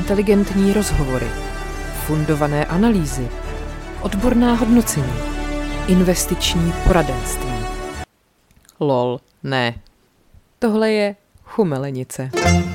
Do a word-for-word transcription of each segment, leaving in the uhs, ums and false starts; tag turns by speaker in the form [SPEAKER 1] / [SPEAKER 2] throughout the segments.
[SPEAKER 1] inteligentní rozhovory, fundované analýzy, odborná hodnocení, investiční poradenství. Lol, ne. Tohle je chumelenice.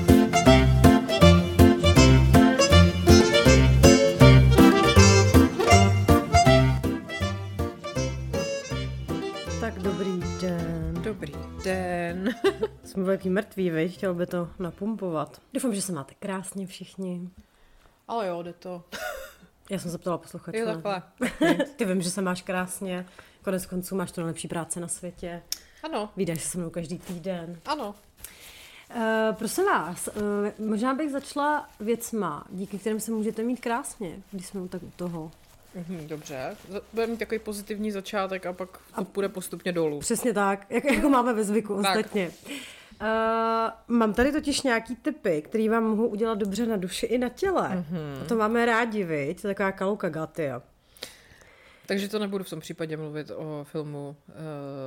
[SPEAKER 2] Tak dobrý den.
[SPEAKER 1] Dobrý den.
[SPEAKER 2] Jsme velký mrtví, veď? Chtěl by to napumpovat. Doufám, že se máte krásně všichni.
[SPEAKER 1] Ale jo, jde to.
[SPEAKER 2] Já jsem se ptala posluchačů.
[SPEAKER 1] Jo, takhle.
[SPEAKER 2] Ty vím, že se máš krásně. Konec konců máš tu nejlepší práci na světě.
[SPEAKER 1] Ano.
[SPEAKER 2] Vídáš se se mnou každý týden.
[SPEAKER 1] Ano.
[SPEAKER 2] Uh, prosím vás, uh, možná bych začala věcma, díky kterým se můžete mít krásně, když jsme tak u toho.
[SPEAKER 1] Mhm, dobře. Bude mít takový pozitivní začátek a pak to půjde postupně dolů.
[SPEAKER 2] Přesně tak, jak, jako máme ve zvyku ostatně. Uh, mám tady totiž nějaký tipy, které vám mohou udělat dobře na duši i na těle. Mm-hmm. A to máme rádi, viď? To je taková kaluka gatia.
[SPEAKER 1] Takže to nebudu v tom případě mluvit o filmu uh,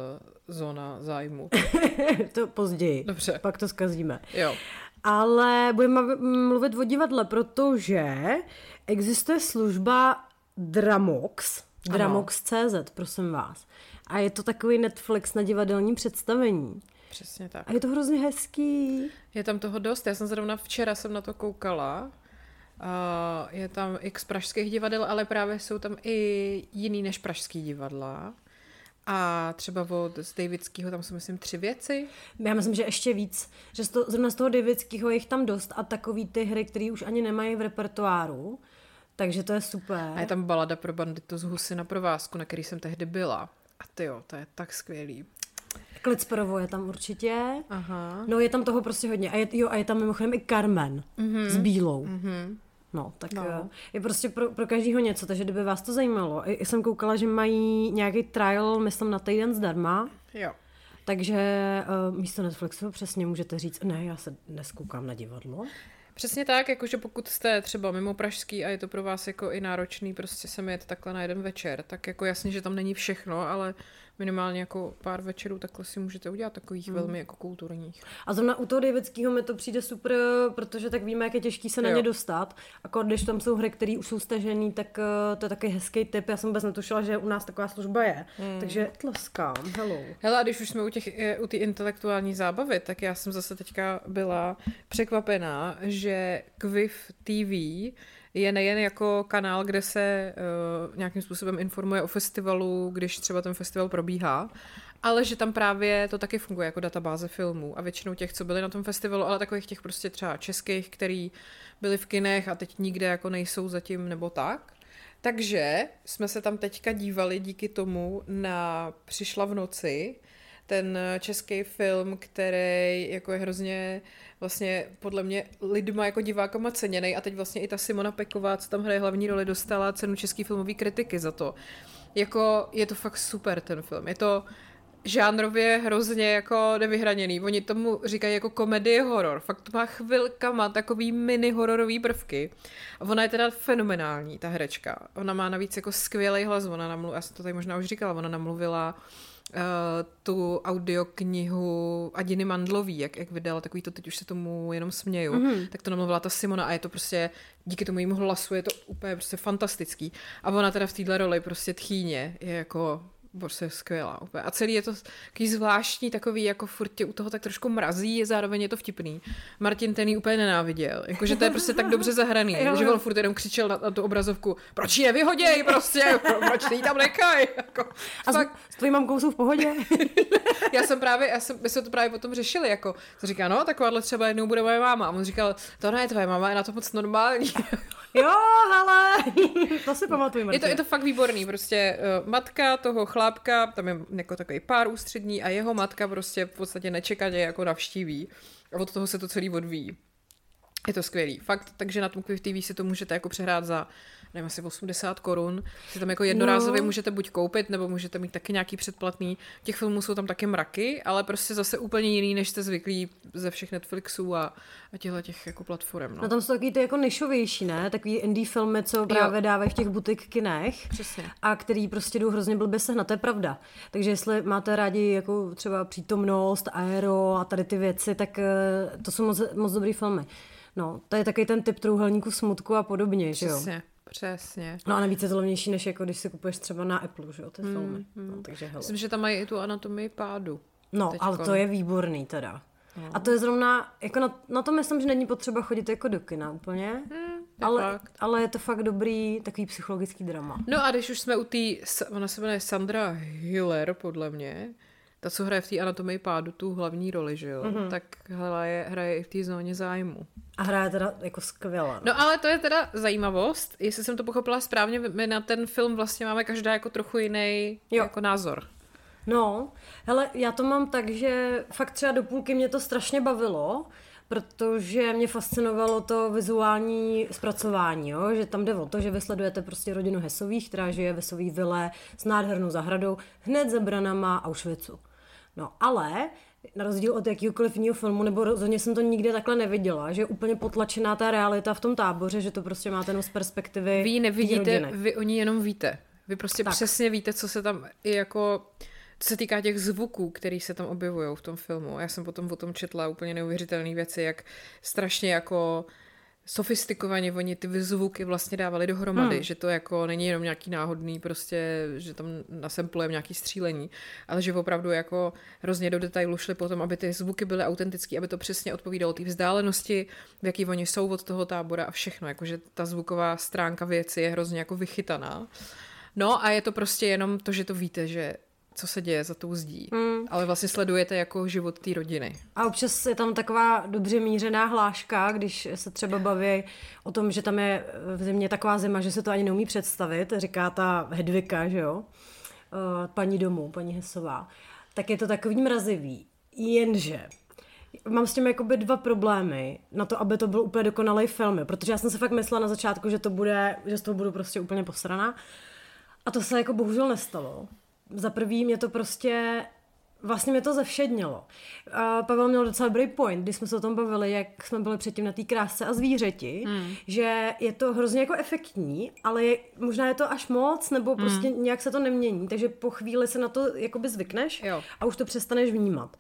[SPEAKER 1] Zóna zájmu.
[SPEAKER 2] To později.
[SPEAKER 1] Dobře.
[SPEAKER 2] Pak to zkazíme.
[SPEAKER 1] Jo.
[SPEAKER 2] Ale budeme mluvit o divadle, protože existuje služba Dramox. Dramox tečka cé zet, prosím vás. A je to takový Netflix na divadelní představení.
[SPEAKER 1] Přesně tak.
[SPEAKER 2] A je to hrozně hezký.
[SPEAKER 1] Je tam toho dost. Já jsem zrovna včera jsem na to koukala. Uh, je tam x pražských divadel, ale právě jsou tam i jiný než pražský divadla. A třeba od z Davidského tam jsou, myslím, tři věci.
[SPEAKER 2] Já myslím, že ještě víc. Že z to, zrovna z toho Davidského je jich tam dost a takový ty hry, které už ani nemají v repertoáru. Takže to je super.
[SPEAKER 1] A je tam balada pro banditu z Husy na provázku, na který jsem tehdy byla. A tyjo, to je tak skvělý.
[SPEAKER 2] Klicperovo je tam určitě.
[SPEAKER 1] Aha.
[SPEAKER 2] No je tam toho prostě hodně. A je, jo, a je tam mimochodem i Carmen mm-hmm. s Bílou.
[SPEAKER 1] Mm-hmm.
[SPEAKER 2] No, tak
[SPEAKER 1] no.
[SPEAKER 2] Je prostě pro, pro každýho něco, takže kdyby vás to zajímalo. I jsem koukala, že mají nějaký trial, myslím, na týden zdarma.
[SPEAKER 1] Jo.
[SPEAKER 2] Takže uh, místo Netflixu přesně můžete říct, ne, já se dnes koukám na divadlo.
[SPEAKER 1] Přesně tak, jakože pokud jste třeba mimo pražský a je to pro vás jako i náročný prostě sem jet takhle na jeden večer, tak jako jasně, že tam není všechno, ale minimálně jako pár večerů takhle si můžete udělat takových hmm. velmi jako kulturních.
[SPEAKER 2] A zrovna u toho Davidského mi to přijde super, protože tak víme, jak je těžký se na
[SPEAKER 1] jo.
[SPEAKER 2] ně dostat. A když tam jsou hry, které už jsou stažený, tak uh, to je taky hezký tip. Já jsem vůbec netušila, že u nás taková služba je. Hmm. Takže tleskám, hello.
[SPEAKER 1] Hele, a když už jsme u těch, u té intelektuální zábavy, tak já jsem zase teďka byla překvapená, že Kviv té vé je nejen jako kanál, kde se uh, nějakým způsobem informuje o festivalu, když třeba ten festival probíhá, ale že tam právě to taky funguje jako databáze filmů a většinou těch, co byli na tom festivalu, ale takových těch prostě třeba českých, který byli v kinech a teď nikde jako nejsou zatím nebo tak. Takže jsme se tam teďka dívali díky tomu na Přišla v noci, ten český film, který jako je hrozně vlastně podle mě lidma jako divákama ceněnej a teď vlastně i ta Simona Peková, co tam hraje hlavní roli, dostala cenu český filmový kritiky za to. Jako je to fakt super ten film. Je to žánrově hrozně jako nevyhraněný. Oni tomu říkají jako komedie horor. Fakt to má chvilkama takový mini hororový prvky. A ona je teda fenomenální, ta herečka. Ona má navíc jako skvělý hlas. Ona namluvila, já jsem to tady možná už říkala, ona namluvila Uh, tu audioknihu Adiny Mandlový, jak, jak vydala, takový to, teď už se tomu jenom směju, mm-hmm. tak to namluvila ta Simona a je to prostě, díky tomu jejímu hlasu je to úplně prostě fantastický. A ona teda v téhle roli prostě tchýně je jako prostě skvělá úplně. A celý je to takový zvláštní, takový jako furt tě u toho tak trošku mrazí, zároveň je to vtipný. Martin ten jí úplně nenáviděl. Jakože to je prostě tak dobře zahraný, že on furt jenom křičel na, na tu obrazovku, proč ji nevyhoděj prostě, proč ji tam nechaj. Jako,
[SPEAKER 2] a fakt... s, s tvojí mamkou jsou v pohodě?
[SPEAKER 1] já jsem právě, já jsem, my jsme to právě potom řešili, jako, to říká, no takováhle třeba jednou bude moje máma. A on říkal, to ne, tvoje máma je na to moc normální.
[SPEAKER 2] Jo, hele, to si pamatuju, Martin.
[SPEAKER 1] Je to, je to fakt výborný, prostě uh, matka toho chlápka, tam je jako takový pár ústřední a jeho matka prostě v podstatě nečekaně jako navštíví a od toho se to celý odvíjí. Je to skvělý. Fakt, takže na tom Kviv té vé si to můžete jako přehrát za nevím, asi osmdesát korun. Si tam jako jednorázově no. můžete buď koupit, nebo můžete mít taky nějaký předplatný. Těch filmů jsou tam taky mraky, ale prostě zase úplně jiný, než jste zvyklí ze všech Netflixů a, a těchto těch jako platform. No.
[SPEAKER 2] no tam jsou takový ty jako nišovější, ne? Takový indie filmy, co právě dávají v těch butik kinech.
[SPEAKER 1] Přesně.
[SPEAKER 2] A který prostě jdou hrozně blbě sehnat, to je pravda. Takže jestli máte rádi jako třeba Přítomnost, Aero a tady ty věci, tak to jsou moc, moc dobrý filmy. No, to je taky ten typ trůhelníku smutku a podobně, že jo?
[SPEAKER 1] Přesně, přesně.
[SPEAKER 2] No a navíc je to levnější, než jako když si kupuješ třeba na Apple, že jo, ty
[SPEAKER 1] Hmm,
[SPEAKER 2] filmy.
[SPEAKER 1] hmm.
[SPEAKER 2] No, takže hele.
[SPEAKER 1] Myslím, že tam mají i tu anatomii pádu.
[SPEAKER 2] No,
[SPEAKER 1] Teďko.
[SPEAKER 2] ale to je výborný teda.
[SPEAKER 1] No.
[SPEAKER 2] A to je zrovna, jako na, na to myslím, že není potřeba chodit jako do kina úplně,
[SPEAKER 1] Hmm,
[SPEAKER 2] ale, ale je to fakt dobrý takový psychologický drama.
[SPEAKER 1] No a když už jsme u té, ona se jmenuje Sandra Hüller, podle mě, ta, co hraje v té anatomii pádu tu hlavní roli, že jo, mm-hmm. tak hraje, hraje i v té Zóně zájmu.
[SPEAKER 2] A hraje teda jako skvěle. No.
[SPEAKER 1] no ale to je teda zajímavost, jestli jsem to pochopila správně, my na ten film vlastně máme každá jako trochu jiný jako názor.
[SPEAKER 2] No, hele, já to mám tak, že fakt třeba do půlky mě to strašně bavilo, protože mě fascinovalo to vizuální zpracování, jo? Že tam jde o to, že vy sledujete prostě rodinu Hesových, která žije ve svý vile s nádhernou zahradou, hned za branama Auschwitzu. No ale na rozdíl od jakýkoliv jiného filmu, nebo rozhodně jsem to nikdy takhle neviděla, že je úplně potlačená ta realita v tom táboře, že to prostě máte jenom z perspektivy
[SPEAKER 1] vy ji nevidíte, vy o ní jenom víte. Vy prostě tak. Přesně víte, co se tam i jako... Co se týká těch zvuků, který se tam objevují v tom filmu. Já jsem potom o tom četla úplně neuvěřitelné věci, jak strašně jako sofistikovaně oni ty zvuky vlastně dávali dohromady, hmm. že to jako není jenom nějaký náhodný prostě, že tam nasemplujeme nějaký střílení, ale že opravdu jako hrozně do detailu šli potom, aby ty zvuky byly autentický, aby to přesně odpovídalo té vzdálenosti, v jaký oni jsou od toho tábora a všechno, jakože ta zvuková stránka věci je hrozně jako vychytaná. No a je to prostě jenom to, že to víte, že co se děje za tou zdí. Mm. Ale vlastně sledujete jako život té rodiny. A
[SPEAKER 2] občas je tam taková dobře mířená hláška, když se třeba baví o tom, že tam je v zimě taková zima, že se to ani neumí představit, říká ta Hedvika, že jo, paní domů, paní Hesová. Tak je to takový mrazivý. Jenže mám s tím jakoby dva problémy na to, aby to byl úplně dokonalý film, protože já jsem si fakt myslela na začátku, že to bude, že z toho budu prostě úplně posraná. A to se jako bohužel nestalo. Za prvý mě to prostě, vlastně mě to zevšednilo. A Pavel měl docela dobrý point, když jsme se o tom bavili, jak jsme byli předtím na té Krásce a zvířeti, hmm. že je to hrozně jako efektní, ale je, možná je to až moc, nebo prostě hmm. nějak se to nemění, takže po chvíli se na to jakoby zvykneš jo. a už to přestaneš vnímat.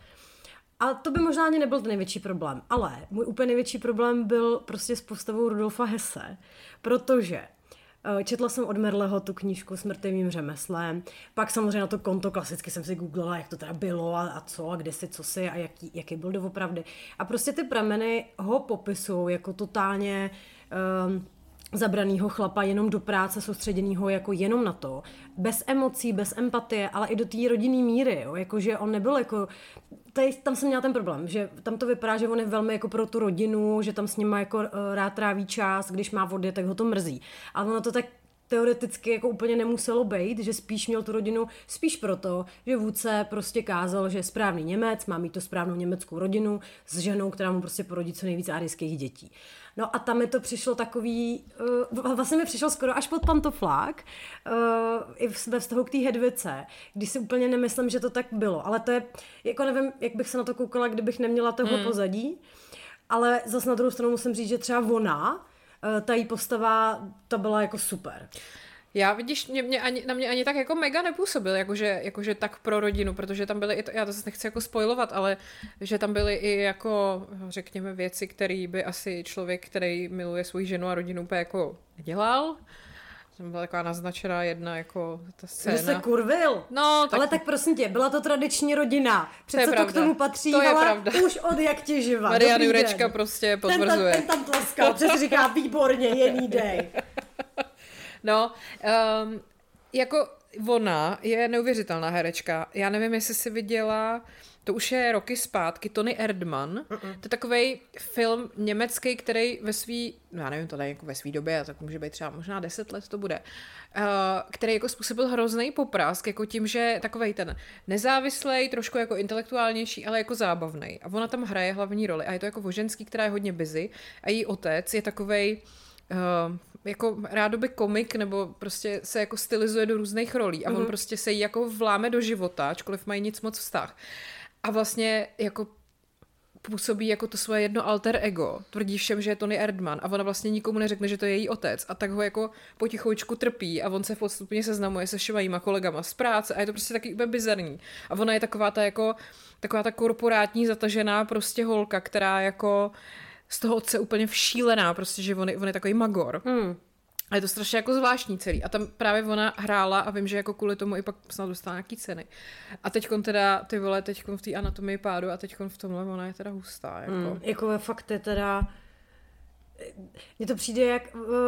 [SPEAKER 2] A to by možná ani nebyl ten největší problém, ale můj úplně největší problém byl prostě s postavou Rudolfa Hesse, protože četla jsem od Merleho tu knížku Smrtelným řemeslem, pak samozřejmě na to konto klasicky jsem si googlila, jak to teda bylo a, a co a kde si, co si a jaký, jaký byl doopravdy. A prostě ty prameny ho popisují jako totálně um, zabranýho chlapa jenom do práce, soustředěnýho jako jenom na to, bez emocí, bez empatie, ale i do té rodinné míry, jo? Jakože on nebyl jako, tady, tam jsem měla ten problém, že tam to vypadá, že on je velmi jako pro tu rodinu, že tam s nima jako uh, rád tráví čas, když má vody, tak ho to mrzí. Ale ono to tak teoreticky jako úplně nemuselo být, že spíš měl tu rodinu spíš proto, že vůdce prostě kázal, že je správný Němec, má mít to správnou německou rodinu s ženou, která mu prostě porodí co nejvíc árijských dětí. No a tam mi to přišlo takový, uh, vlastně mi přišlo skoro až pod pantoflák, uh, i ve vztahu k té Hedvice, když si úplně nemyslím, že to tak bylo, ale to je, jako nevím, jak bych se na to koukala, kdybych neměla toho hmm. pozadí, ale zase na druhou stranu musím říct, že třeba ona, ta jí postava, ta byla jako super.
[SPEAKER 1] Já vidíš, mě, mě ani, na mě ani tak jako mega nepůsobil, jakože, jakože tak pro rodinu, protože tam byly i to, já to zase nechci jako spoilovat, ale že tam byly i jako, řekněme, věci, které by asi člověk, který miluje svou ženu a rodinu, úplně jako dělal. Tam byla taková naznačená jedna jako ta scéna.
[SPEAKER 2] Že se kurvil.
[SPEAKER 1] No, tak...
[SPEAKER 2] Ale tak prosím tě, byla to tradiční rodina. Přece to, to k tomu patří,
[SPEAKER 1] to je
[SPEAKER 2] ale
[SPEAKER 1] pravda.
[SPEAKER 2] Už od jak tě živa.
[SPEAKER 1] Marian Jurečka prostě potvrzuje.
[SPEAKER 2] Ten, ten tam tleskal, přesně říká, výborně, jiný dej.
[SPEAKER 1] No, um, jako ona je neuvěřitelná herečka. Já nevím, jestli jsi viděla, to už je roky zpátky, Tony Erdmann. Uh-uh. To je takovej film německý, který ve svý, no já nevím, to je jako ve svý době, tak může být třeba možná deset let to bude, uh, který jako způsobil hrozný poprask, jako tím, že takovej ten nezávislej, trošku jako intelektuálnější, ale jako zábavnej. A ona tam hraje hlavní roli a je to jako o ženský, která je hodně busy a její otec je takovej Uh, jako rádoby komik, nebo prostě se jako stylizuje do různých rolí a on mm-hmm. prostě se jí jako vláme do života, ačkoliv mají nic moc vztah. A vlastně jako působí jako to svoje jedno alter ego. Tvrdí všem, že je Tony Erdmann a ona vlastně nikomu neřekne, že to je její otec a tak ho jako potichoučku trpí a on se postupně seznamuje se všema jíma kolegama z práce a je to prostě taky úplně bizarní. A ona je taková ta jako taková ta korporátní zatažená prostě holka, která jako z toho otce úplně všílená, prostě, že on je, on je takový magor. Mm. A je to strašně jako zvláštní celý. A tam právě ona hrála a vím, že jako kvůli tomu i pak snad dostala nějaký ceny. A teďkon teda, ty vole, teďkon v té anatomii pádu a teďkon v tomhle ona je teda hustá. Jako,
[SPEAKER 2] mm, jako fakt je teda... Mně to přijde jak,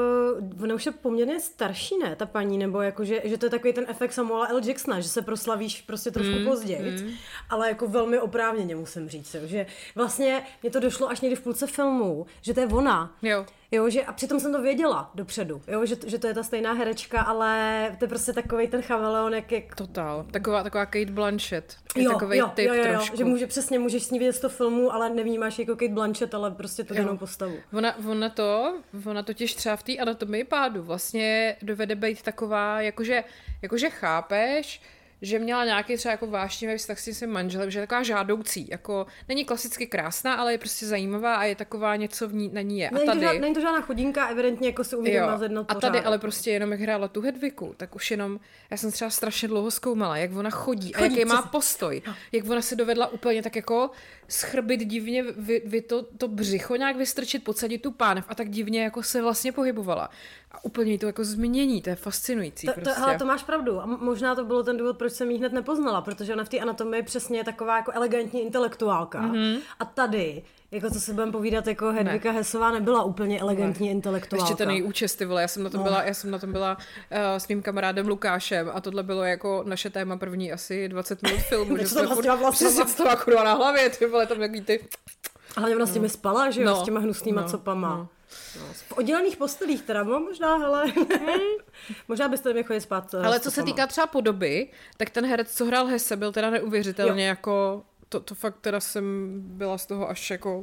[SPEAKER 2] uh, ona už je poměrně starší, ne, ta paní, nebo jako, že, že to je takový ten efekt Samuela L. Jacksona, že se proslavíš prostě trošku mm, později, mm. ale jako velmi oprávněně musím říct, jo, že vlastně mě to došlo až někdy v půlce filmu, že to je ona. Jo. Jo, že, a přitom jsem to věděla dopředu, jo, že, že to je ta stejná herečka, ale to je prostě takovej ten chameleon, jak... jak...
[SPEAKER 1] Totál. Taková, taková Kate Blanchett. Je
[SPEAKER 2] jo,
[SPEAKER 1] takovej
[SPEAKER 2] jo,
[SPEAKER 1] typ
[SPEAKER 2] jo, jo,
[SPEAKER 1] trošku.
[SPEAKER 2] Že může, přesně můžeš s ní vidět z toho filmu, ale nevnímáš jako Kate Blanchett, ale prostě tu danou postavu.
[SPEAKER 1] Ona, ona to, ona totiž třeba v té anatomii pádu vlastně dovede být taková, jakože, jakože chápeš, že měla nějaký třeba jako vášnivý vztah s tím svým manželem, že je taková žádoucí, jako není klasicky krásná, ale je prostě zajímavá a je taková něco v ní, na ní je. A
[SPEAKER 2] není,
[SPEAKER 1] tady,
[SPEAKER 2] to žád, není to žádná chudinka, evidentně jako si umí doma zjednat
[SPEAKER 1] pořád. A tady ale prostě jenom jak hrála tu Hedviku, tak už jenom, já jsem třeba strašně dlouho zkoumala, jak ona chodí, chodí a jaký má postoj, no. Jak ona se dovedla úplně tak jako schrbit divně, vy, vy to, to břicho nějak vystrčit, podsadit tu pánev a tak divně jako se vlastně pohybovala. A úplně to jako změní, to je fascinující.
[SPEAKER 2] To,
[SPEAKER 1] prostě.
[SPEAKER 2] to, hele, to máš pravdu. A možná to bylo ten důvod, proč jsem jí hned nepoznala, protože ona v té anatomii přesně je taková jako elegantní intelektuálka. Mm-hmm. A tady, jako co si budeme povídat, jako Hedvika ne. Hesová nebyla úplně elegantní ne. intelektuálka.
[SPEAKER 1] Ještě ten její účest, ty vole, já jsem na tom no. byla, já jsem na tom byla uh, s mým kamarádem Lukášem a tohle bylo jako naše téma první asi dvacet minut filmu, že jsme přesně to akorát na hlavě, ty vole, tam jaký ty...
[SPEAKER 2] A hlavně ona s těmi spala, že jo, no. s těma hnusnýma no. copama. No. No, v oddělených postelích teda, no, možná, hele, možná byste mi chodili spát.
[SPEAKER 1] Ale co se týká třeba podoby, tak ten herec, co hrál Hesse, byl teda neuvěřitelně jo. jako, to, to fakt teda jsem byla z toho až jako,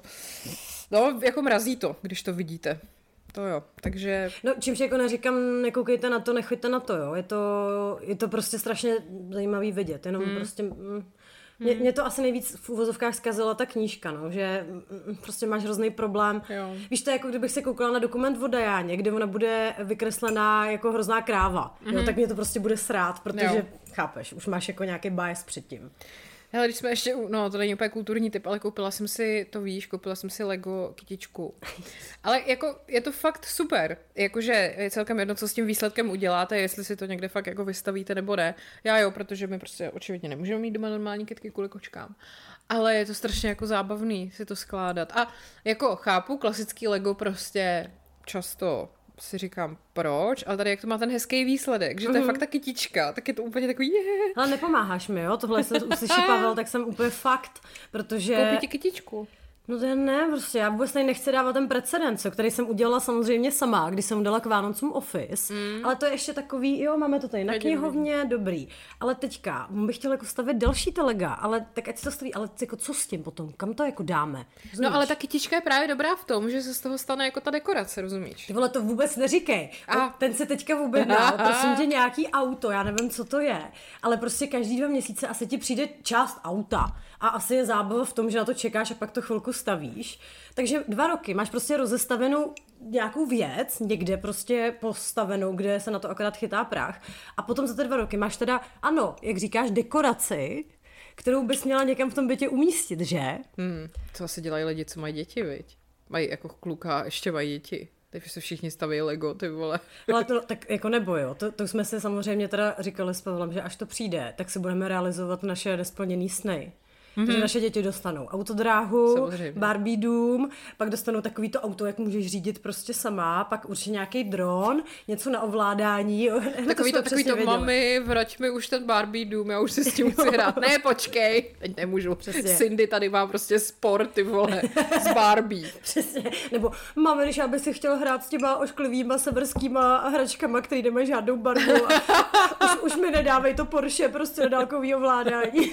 [SPEAKER 1] no, jako mrazí to, když to vidíte. To jo, takže...
[SPEAKER 2] No, čímž jako neříkám, nekoukejte na to, nechoďte na to, jo, je to, je to prostě strašně zajímavý vidět, jenom hmm. prostě... Mm, Mě, mě to asi nejvíc v uvozovkách zkazila ta knížka, no, že prostě máš hrozný problém. Jo. Víš, to je jako kdybych se koukala na dokument o Dianě, kde ona bude vykreslená jako hrozná kráva, mm-hmm. jo, tak mě to prostě bude srát, protože, jo. chápeš, už máš jako nějaký bias předtím.
[SPEAKER 1] Hele, když jsme ještě, no to není úplně kulturní typ, ale koupila jsem si, to víš, koupila jsem si Lego kytičku. Ale jako je to fakt super, jakože je celkem jedno, co s tím výsledkem uděláte, jestli si to někde fakt jako vystavíte nebo ne. Já jo, protože my prostě očividně nemůžeme mít doma normální kytky kvůli kočkám. Ale je to strašně jako zábavný si to skládat. A jako chápu, klasický Lego prostě často si říkám, proč, ale tady jak to má ten hezký výsledek, že to je mm. fakt ta kytička, tak je to úplně takový je.
[SPEAKER 2] Ale nepomáháš mi, jo, tohle jsem uslyší Pavel, tak jsem úplně fakt, protože...
[SPEAKER 1] Koupí ti kytičku.
[SPEAKER 2] No to je ne, prostě já vůbec nechci dávat ten precedens, který jsem udělala samozřejmě sama, když jsem dala k Vánocům Office, mm. ale to je ještě takový, jo, máme to tady na knihovně, dobrý, ale teďka bych chtěla jako stavět další telega, ale tak ať se to staví, ale jako co s tím potom, kam to jako dáme?
[SPEAKER 1] Rozumíš? No ale ta kytička je právě dobrá v tom, že se z toho stane jako ta dekorace, rozumíš?
[SPEAKER 2] Ty vole, to vůbec neříkej, a ten se teďka objednal, prosím tě nějaký auto, já nevím, co to je, ale prostě každý dva měsíce asi ti přijde část auta. A asi je zábava v tom, že na to čekáš a pak to chvilku stavíš. Takže dva roky máš prostě rozestavenou nějakou věc, někde prostě postavenou, kde se na to akorát chytá prach. A potom za ty dva roky máš teda, ano, jak říkáš, dekoraci, kterou bys měla někam v tom bytě umístit, že?
[SPEAKER 1] Hmm, to asi dělají lidi, co mají děti, viď? Mají jako kluka, ještě mají děti. Teď se všichni staví Lego, ty vole.
[SPEAKER 2] Ale to tak jako nebo jo, to, to jsme si samozřejmě teda říkali s Pavlem, že až to přijde, tak si budeme realizovat naše nesplněný sny. Mm-hmm. Takže naše děti dostanou autodráhu, samozřejmě. Barbie dům, pak dostanou takový to auto, jak můžeš řídit prostě sama, pak určitě nějaký dron, něco na ovládání.
[SPEAKER 1] Takový to, to, takový to mami, vrať mi už ten Barbie dům, já už si s tím chci hrát. Ne, počkej, teď nemůžu. Přesně. Cindy tady má prostě sport, ty vole, s Barbie.
[SPEAKER 2] Přesně, nebo mami, když já bych si chtěl hrát s těma ošklivýma severskýma hračkama, který nemají žádnou barvu a už, už mi nedávej to Porsche prostě na dálkový ovládání.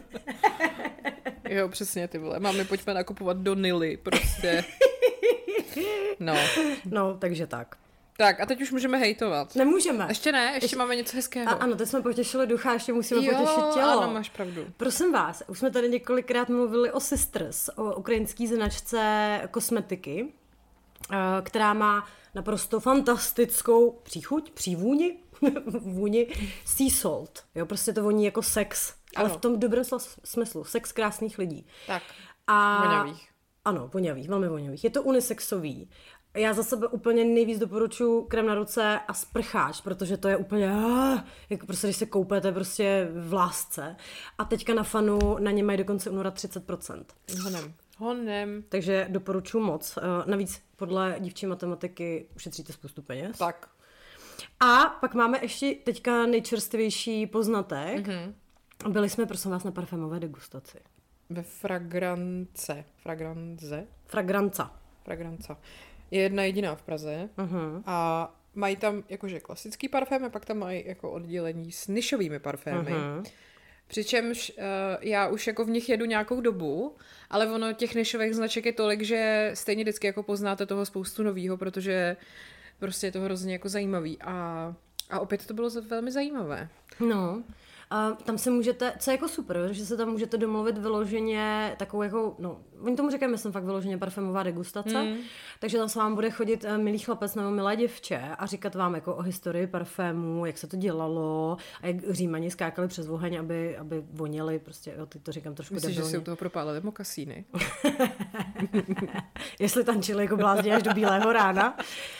[SPEAKER 1] Jo, přesně, ty vole. Máme, pojďme nakupovat do Nily, prostě. No.
[SPEAKER 2] No, takže tak.
[SPEAKER 1] Tak, a teď už můžeme hejtovat.
[SPEAKER 2] Nemůžeme.
[SPEAKER 1] Ještě ne, ještě, ještě máme něco hezkého.
[SPEAKER 2] A, ano, teď jsme potěšili ducha, ještě musíme jo, potěšit tělo.
[SPEAKER 1] Ano, máš pravdu.
[SPEAKER 2] Prosím vás, už jsme tady několikrát mluvili o Sisters, o ukrajinské značce kosmetiky, která má naprosto fantastickou příchuť, přívůni, vůni sea salt. Jo, prostě to voní jako sex. Ale ano. V tom dobrém smyslu. Sex krásných lidí.
[SPEAKER 1] Tak, a... voňavých.
[SPEAKER 2] Ano, vonavých, velmi vonavých. Je to unisexový. Já za sebe úplně nejvíc doporučuji krém na ruce a sprcháč, protože to je úplně, ah, jako prostě, když se koupete prostě v lásce. A teďka na Fanu na ně mají do konce února třicet procent.
[SPEAKER 1] Honem. Honem.
[SPEAKER 2] Takže doporučuji moc. Navíc podle dívčí matematiky ušetříte spoustu peněz.
[SPEAKER 1] Tak.
[SPEAKER 2] A pak máme ještě teďka nejčerstvější poznatek.
[SPEAKER 1] Mm-hmm.
[SPEAKER 2] Byli jsme, prosím vás, na parfémové degustaci.
[SPEAKER 1] Ve Fragrance. Fragrance?
[SPEAKER 2] Fragranca.
[SPEAKER 1] Fragranca. Je jedna jediná v Praze
[SPEAKER 2] Uh-huh.
[SPEAKER 1] a mají tam jakože klasický parfém a pak tam mají jako oddělení s nišovými parfémy.
[SPEAKER 2] Uh-huh.
[SPEAKER 1] Přičemž uh, já už jako v nich jedu nějakou dobu, ale ono těch nišových značek je tolik, že stejně vždycky jako poznáte toho spoustu novýho, protože prostě je to hrozně jako zajímavý a, a opět to bylo velmi zajímavé.
[SPEAKER 2] No, a tam se můžete, co je jako super, že se tam můžete domluvit vyloženě takovou jako, no, oni tomu říkají, myslím fakt vyloženě parfémová degustace, mm. takže tam se vám bude chodit milý chlapec nebo milé děvče a říkat vám jako o historii parfému, jak se to dělalo a jak Římani skákali přes oheň, aby, aby voněli, prostě, jo, ty to říkám trošku
[SPEAKER 1] Myslíš,
[SPEAKER 2] debilně.
[SPEAKER 1] že si u toho propálili mokasíny?
[SPEAKER 2] Jestli tančili jako blázni až do bílého rána.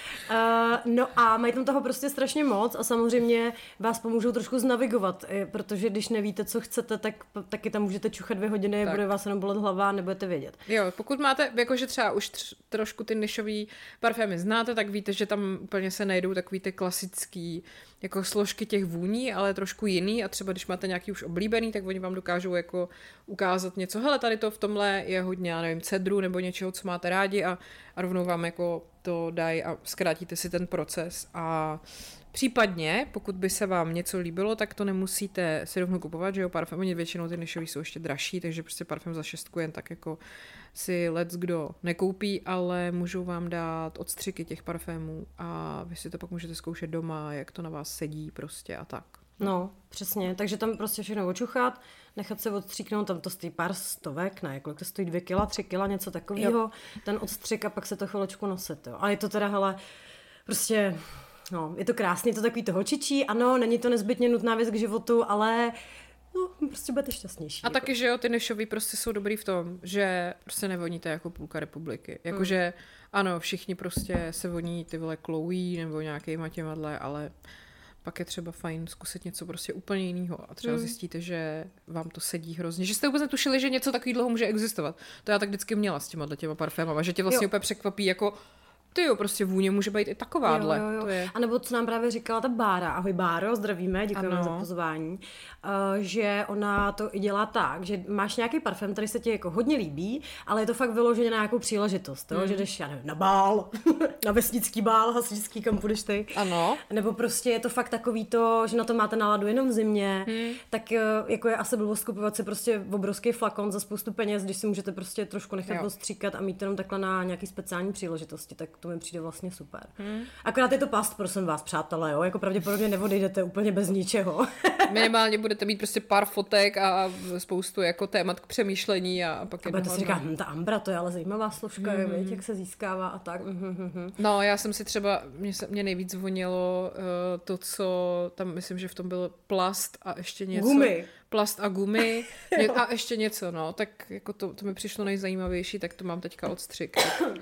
[SPEAKER 2] Uh, no a mají tam toho prostě strašně moc a samozřejmě vás pomůžou trošku znavigovat, protože když nevíte, co chcete, tak taky tam můžete čuchat dvě hodiny, tak. Bude vás jenom bolet hlava a nebudete vědět.
[SPEAKER 1] Jo, pokud máte, jakože třeba už tř, trošku ty nišový parfémy znáte, tak víte, že tam úplně se najdou takový ty klasický jako složky těch vůní, ale trošku jiný a třeba když máte nějaký už oblíbený, tak oni vám dokážou jako ukázat něco, hele, tady to v tomhle je hodně, já nevím, cedru nebo něčeho, co máte rádi a, a rovnou vám jako to dají a zkrátíte si ten proces a případně, pokud by se vám něco líbilo, tak to nemusíte si rovnou kupovat, že jo, parfém, oni většinou ty nišový jsou ještě dražší, takže prostě parfém za šestku jen tak jako si lec kdo nekoupí, ale můžou vám dát odstřiky těch parfémů a vy si to pak můžete zkoušet doma, jak to na vás sedí prostě a tak.
[SPEAKER 2] No, přesně, takže tam prostě všechno očuchat, nechat se odstříknout, tam to stojí pár stovek, ne, kolik to stojí, dvě kila, tři kila, něco takového, ten odstřik a pak se to chvilečku nosit, jo. A je to teda, hele, prostě, no, je to krásně, je to takový to hočičí, ano, není to nezbytně nutná věc k životu, ale no, prostě budete šťastnější.
[SPEAKER 1] A jako. Taky, že jo, ty nišový prostě jsou dobrý v tom, že prostě nevoníte jako půlka republiky. Jakože, mm. ano, všichni prostě se voní ty vole Chloe nebo nějakýma těmadle, ale pak je třeba fajn zkusit něco prostě úplně jiného a třeba mm. zjistíte, že vám to sedí hrozně. Že jste vůbec netušili, že něco takového může existovat. To já tak vždycky měla s těma těma parfémama, že tě vlastně jo. úplně překvapí jako ty jo, prostě vůně může být i takováhle.
[SPEAKER 2] Jo, jo, jo.
[SPEAKER 1] To je...
[SPEAKER 2] A nebo co nám právě říkala ta Bára, ahoj Báro, zdravíme, děkujeme za pozvání, uh, že ona to i dělá tak, že máš nějaký parfém, který se ti jako hodně líbí, ale je to fakt vyloženě na nějakou příležitost, mm. že jdeš, já nevím, na bál, na vesnický bál, hasičský, kam půjdeš ty.
[SPEAKER 1] Ano.
[SPEAKER 2] Nebo prostě je to fakt takový to, že na to máte náladu jenom v zimě, mm. tak uh, jako je asi blbost kupovat si prostě obrovský flakon za spoustu peněz, když si můžete prostě trošku nechat ostříkat a mít jenom takhle na nějaký speciální příležitosti, tak to mi přijde vlastně super. Hmm. Akorát je to past, prosím vás, přátelé, jo? Jako pravděpodobně neodejdete úplně bez ničeho.
[SPEAKER 1] Minimálně budete mít prostě pár fotek a spoustu jako témat k přemýšlení a pak
[SPEAKER 2] a budete si říkat, hm, ta ambra, to je ale zajímavá složka, hmm. víte, jak se získává a tak. Hmm.
[SPEAKER 1] No, já jsem si třeba, mě, se, mě nejvíc vonilo uh, to, co tam, myslím, že v tom byl plast a ještě něco.
[SPEAKER 2] Gumy.
[SPEAKER 1] Plast a gumy a ještě něco, no, tak jako to, to mi přišlo nejzajímavější, tak to mám teďka odstřik.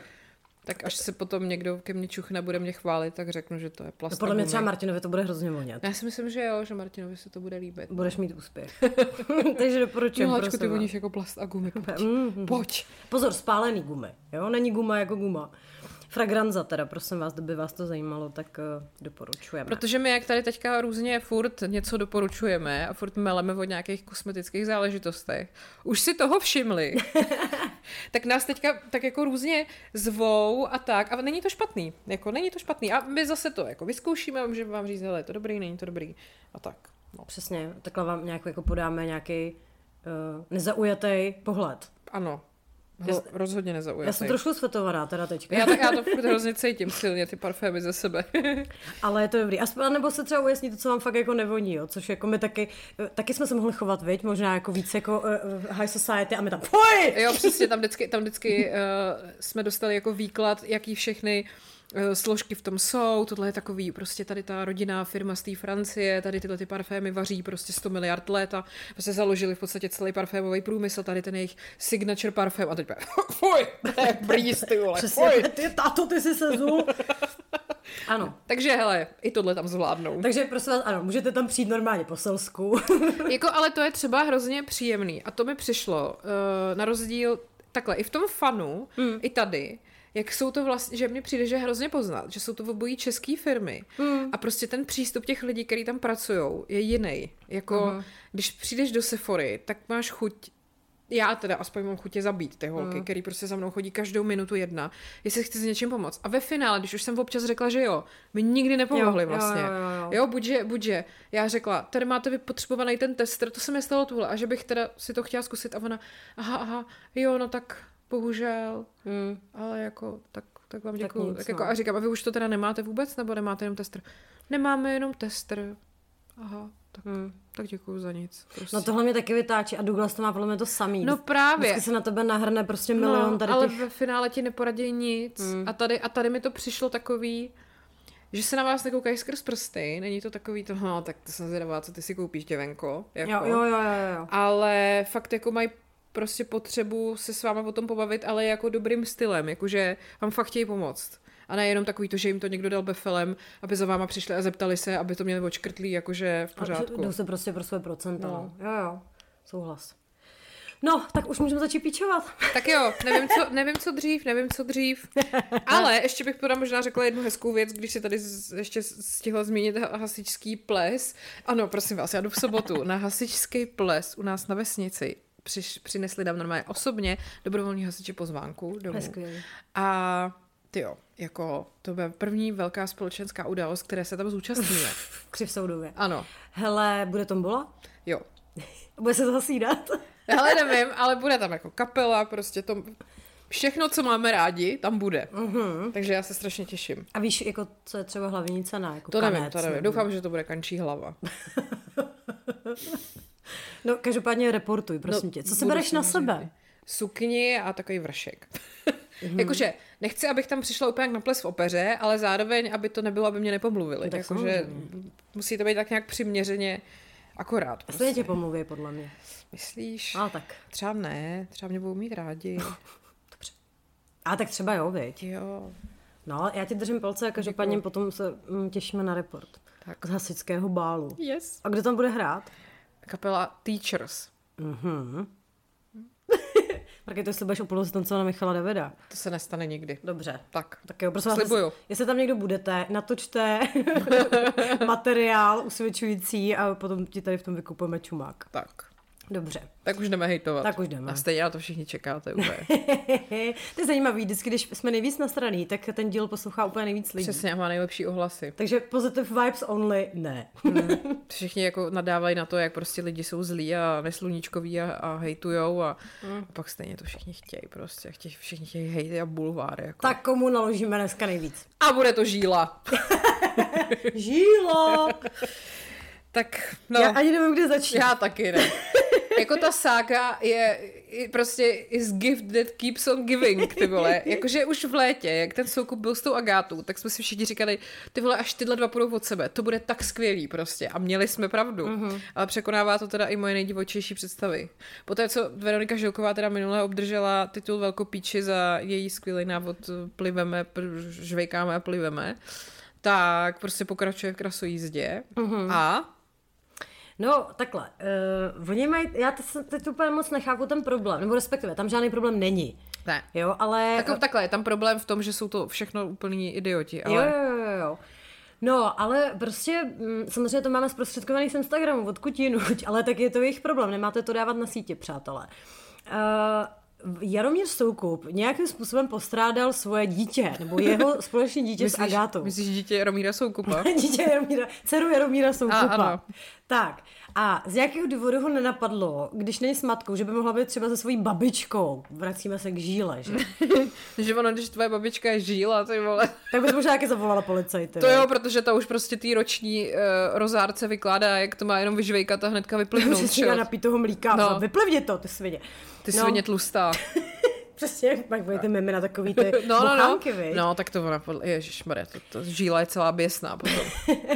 [SPEAKER 1] Tak až se potom někdo ke mně čuchne, bude mě chválit, tak řeknu, že to je plast.
[SPEAKER 2] No podle mě třeba Martinovi to bude hrozně vonět.
[SPEAKER 1] Já si myslím, že jo, že Martinovi se to bude líbit.
[SPEAKER 2] Budeš mít úspěch. Takže doporučuji.
[SPEAKER 1] No, Háčku, ty voníš jako plast a gumy. Pojď. Mm-hmm. Pojď.
[SPEAKER 2] Pozor, spálený gumy. Jo? Není guma jako guma. Fragranza teda, prosím vás, kdyby vás to zajímalo, tak uh, doporučujeme.
[SPEAKER 1] Protože my, jak tady teďka různě furt něco doporučujeme a furt meleme o nějakých kosmetických záležitostech, už si toho všimli, tak nás teďka tak jako různě zvou a tak. A není to špatný. Jako není to špatný. A my zase to jako vyzkoušíme a můžeme vám říct, hele, je to dobrý, není to dobrý. A tak.
[SPEAKER 2] No. Přesně. Takhle vám nějak jako podáme nějaký uh, nezaujatý pohled.
[SPEAKER 1] Ano. Ho, rozhodně nezaujatý.
[SPEAKER 2] Já jsem trošku svetovaná teda teďka.
[SPEAKER 1] Já, já to furt hrozně cítím silně, ty parfémy ze sebe.
[SPEAKER 2] Ale je to dobrý. A nebo se třeba ujasní to, co vám fakt jako nevoní, jo? Což jako my taky, taky jsme se mohli chovat, viď? Možná jako víc jako uh, high society a my tam poj!
[SPEAKER 1] Jo, přesně, tam vždycky, tam vždycky uh, jsme dostali jako výklad, jaký všechny složky v tom jsou, tohle je takový, prostě tady ta rodinná firma z té Francie, tady tyhle ty parfémy vaří prostě sto miliard let a prostě založili v podstatě celý parfémový průmysl, tady ten jejich signature parfém a teď fuj, to je brýz, ty vole, fuj.
[SPEAKER 2] Ty, táto, ty jsi se zul. Ano.
[SPEAKER 1] Takže hele, i tohle tam zvládnou.
[SPEAKER 2] Takže prosím vás, ano, můžete tam přijít normálně po selsku.
[SPEAKER 1] Jako, ale to je třeba hrozně příjemný a to mi přišlo uh, na rozdíl takhle, i v tom fanu, mm. i tady, jak jsou to vlastně, že mně přijde, že je hrozně poznat, že jsou to obojí české firmy mm. a prostě ten přístup těch lidí, kteří tam pracujou, je jiný. Jako, uh-huh. když přijdeš do Sephory, tak máš chuť, já teda aspoň mám chutě zabít ty holky, mm. který prostě za mnou chodí každou minutu jedna, jestli chci s něčím pomoct. A ve finále, když už jsem občas řekla, že jo, mi nikdy nepomohli jo, vlastně. Jo, jo, jo. jo buďže, buďže. Já řekla, tady máte vypotřebovaný ten tester, to se mi stalo tuhle, a že bych teda si to chtěla zkusit a ona, aha, aha, jo, no tak bohužel, mm. ale jako, tak, tak vám děkuju. Tak, tak jako, a říkám, a vy už to teda nemáte vůbec, nebo nemáte jenom tester? Nemáme jenom tester. Aha, tak, hmm. tak děkuju za nic. Prostě.
[SPEAKER 2] No tohle mě taky vytáčí a Douglas to má podle mě to samý.
[SPEAKER 1] No právě.
[SPEAKER 2] Vždycky se na tebe nahrne prostě milion
[SPEAKER 1] no,
[SPEAKER 2] tady
[SPEAKER 1] ale
[SPEAKER 2] těch...
[SPEAKER 1] ve finále ti neporadí nic. Hmm. A, tady, a tady mi to přišlo takový, že se na vás nekoukají skrz prsty, není to takový to, no tak to jsem zvědavá, co ty si koupíš, děvenko. Jako.
[SPEAKER 2] Jo, jo, jo, jo, jo.
[SPEAKER 1] Ale fakt jako mají prostě potřebu se s váma o tom pobavit, ale jako dobrým stylem, jakože vám fakt chtějí pomoct. A ne jenom takový to, že jim to někdo dal befelem, aby za váma přišli a zeptali se, aby to měli očkrtlý, jakože v pořádku.
[SPEAKER 2] A jdou se prostě pro své procenta. No. Jo, jo, souhlas. No, tak už můžeme začít píčovat.
[SPEAKER 1] Tak jo, nevím co, nevím co dřív, nevím co dřív. Ale ještě bych teda možná řekla jednu hezkou věc, když si tady z, ještě stihla zmínit hasičský ples. Ano, prosím vás, já jdu v sobotu na hasičský ples u nás na vesnici. Přiš, přinesli nám normálně osobně dobrovolní hasiči pozvánku domů. A tyjo, jako to bude první velká společenská událost, které se tam zúčastníme.
[SPEAKER 2] Křiv Soudově.
[SPEAKER 1] Ano.
[SPEAKER 2] Hele, bude tombola?
[SPEAKER 1] Jo.
[SPEAKER 2] Bude se to zasídat?
[SPEAKER 1] Hele, nevím, ale bude tam jako kapela, prostě to... Všechno, co máme rádi, tam bude. Uh-huh. Takže já se strašně těším.
[SPEAKER 2] A víš, jako, co je třeba hlavní cena? Jako
[SPEAKER 1] to
[SPEAKER 2] kanec,
[SPEAKER 1] nevím, to nevím.
[SPEAKER 2] nevím.
[SPEAKER 1] Doufám, že to bude kančí hlava.
[SPEAKER 2] No, každopádně reportuj, prosím no, tě. Co se bereš na sebe?
[SPEAKER 1] Sukni a takový vršek. Mm. Jakože nechci, abych tam přišla úplně jak na ples v opeře, ale zároveň, aby to nebylo, aby mě nepomluvili. No, jakože musí to být tak nějak přiměřeně akorát.
[SPEAKER 2] Prostě. Asi tě pomluví, podle mě.
[SPEAKER 1] Myslíš?
[SPEAKER 2] A tak.
[SPEAKER 1] Třeba ne, třeba mě budou mít rádi.
[SPEAKER 2] Dobře. A tak třeba jo, viď?
[SPEAKER 1] Jo.
[SPEAKER 2] No, já ti držím palce a každopádně potom se mm, těšíme na report. Tak. Z hasičského bálu.
[SPEAKER 1] Yes.
[SPEAKER 2] A kdo tam bude hrát?
[SPEAKER 1] Kapela Teachers.
[SPEAKER 2] Mhm. Marky, to jestli budeš upoluzitancovat na Michala Davida.
[SPEAKER 1] To se nestane nikdy.
[SPEAKER 2] Dobře.
[SPEAKER 1] Tak.
[SPEAKER 2] Tak jo, prosím
[SPEAKER 1] Slibuju.
[SPEAKER 2] vás, jestli tam někdo budete, natočte materiál usvědčující a potom ti tady v tom vykupujeme čumák.
[SPEAKER 1] Tak.
[SPEAKER 2] Dobře.
[SPEAKER 1] Tak už jdeme hejtovat.
[SPEAKER 2] Tak už jdeme.
[SPEAKER 1] A stejně na to všichni čekáte úplně.
[SPEAKER 2] To je zajímavý, vždycky, když jsme nejvíc nasraný, tak ten díl poslouchá úplně nejvíc lidí.
[SPEAKER 1] Přesně, má nejlepší ohlasy.
[SPEAKER 2] Takže positive vibes only, ne.
[SPEAKER 1] Hmm. Všichni jako nadávají na to, jak prostě lidi jsou zlí a nesluníčkoví a, a hejtujou a, hmm. a pak stejně to všichni chtějí prostě. Chtějí, všichni chtějí hejty a bulvár. Jako.
[SPEAKER 2] Tak komu naložíme dneska nejvíc?
[SPEAKER 1] A bude to Žíla.
[SPEAKER 2] Žílo!
[SPEAKER 1] Tak, no.
[SPEAKER 2] Já ani nevím, kde začít.
[SPEAKER 1] Já taky ne. Jako ta sága je prostě is gift that keeps on giving, ty vole. Jakože už v létě, jak ten soukup byl s tou Agátou, tak jsme si všichni říkali, ty vole, až tyhle dva půjdou od sebe, to bude tak skvělý prostě. A měli jsme pravdu. Mm-hmm. Ale překonává to teda i moje nejdivočejší představy. Poté, co Veronika Žilková teda minule obdržela titul Velkopíči za její skvělý návod Pliveme, žvejkáme a pliveme, tak prostě pokračuje v krasojízdě. Mm-hmm. A
[SPEAKER 2] no, takhle. Uh, oni mají, já teď úplně moc nechápu ten problém, nebo respektive, tam žádný problém není.
[SPEAKER 1] Ne.
[SPEAKER 2] Jo, ale...
[SPEAKER 1] Tak, takhle, je tam problém v tom, že jsou to všechno úplní idioti, ale...
[SPEAKER 2] Jo, jo, jo, jo. No, ale prostě, samozřejmě to máme zprostředkovaný z Instagramu, odkud jinuť, ale tak je to jejich problém, nemáte to dávat na sítě, přátelé. Uh, Jaromír Soukup nějakým způsobem postrádal svoje dítě, nebo jeho společné dítě
[SPEAKER 1] myslíš,
[SPEAKER 2] s Agátou.
[SPEAKER 1] Myslíš dítě Jaromíra Soukupa?
[SPEAKER 2] Dítě Jaromíra, dceru Jaromíra Soukupa. A,
[SPEAKER 1] ano.
[SPEAKER 2] Tak, a z nějakého důvodu ho nenapadlo, když není s matkou, že by mohla být třeba se svojí babičkou. Vracíme se k Žíle, že?
[SPEAKER 1] Že ono, když tvoje babička je Žíla, ty vole.
[SPEAKER 2] Tak bys možná taky zavolala policajty.
[SPEAKER 1] To jo, protože ta už prostě tý roční uh, rozárce vykládá, jak to má jenom vyžvejkat a hnedka vyplivnout.
[SPEAKER 2] Už si napít toho mlíka.
[SPEAKER 1] No.
[SPEAKER 2] Vyplivni to, ty svině.
[SPEAKER 1] Ty
[SPEAKER 2] no.
[SPEAKER 1] svině tlustá.
[SPEAKER 2] Přesně, jak pak budete memy na takový ty
[SPEAKER 1] no,
[SPEAKER 2] bochánky,
[SPEAKER 1] no, no.
[SPEAKER 2] viď?
[SPEAKER 1] No, tak to ona, ježišmarja, to, to žíla je celá běsná potom.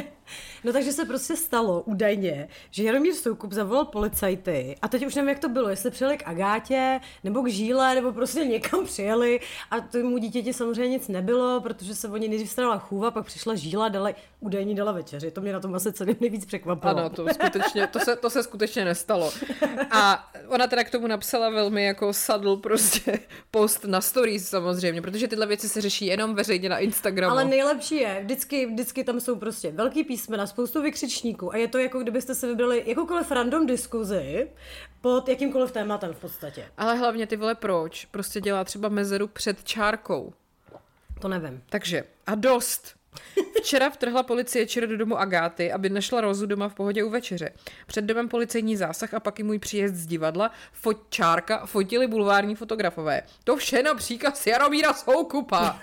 [SPEAKER 2] No takže se prostě stalo údajně, že Jaromír Soukup zavolal policajty a teď už nevím, jak to bylo, jestli přijeli k Agátě, nebo k Žíle, nebo prostě někam přijeli a tomu dítěti samozřejmě nic nebylo, protože se o ní nejdřív starala chůva, pak přišla Žíla, dala, údajně dala večeři, to mě na tom asi celým nejvíc překvapilo.
[SPEAKER 1] Ano, to skutečně, to se, to se skutečně nestalo. A ona teda k tomu napsala velmi jako sadl prostě post na stories samozřejmě, protože tyhle věci se řeší jenom veřejně na Instagramu.
[SPEAKER 2] Ale nejlepší je, vždycky, vždycky tam jsou prostě velký písmena, spoustu vykřičníků a je to jako kdybyste se vybrali jakoukoliv random diskuzi pod jakýmkoliv tématem v podstatě.
[SPEAKER 1] Ale hlavně ty vole proč? Prostě dělá třeba mezeru před čárkou.
[SPEAKER 2] To nevím.
[SPEAKER 1] Takže a dost. Včera vtrhla policie Čiro do domu Agáty, aby našla Rozu doma v pohodě u večeře. Před domem policejní zásah a pak i můj příjezd z divadla, foť čárka, fotili bulvární fotografové. To vše na příkaz Jaromíra Soukupa.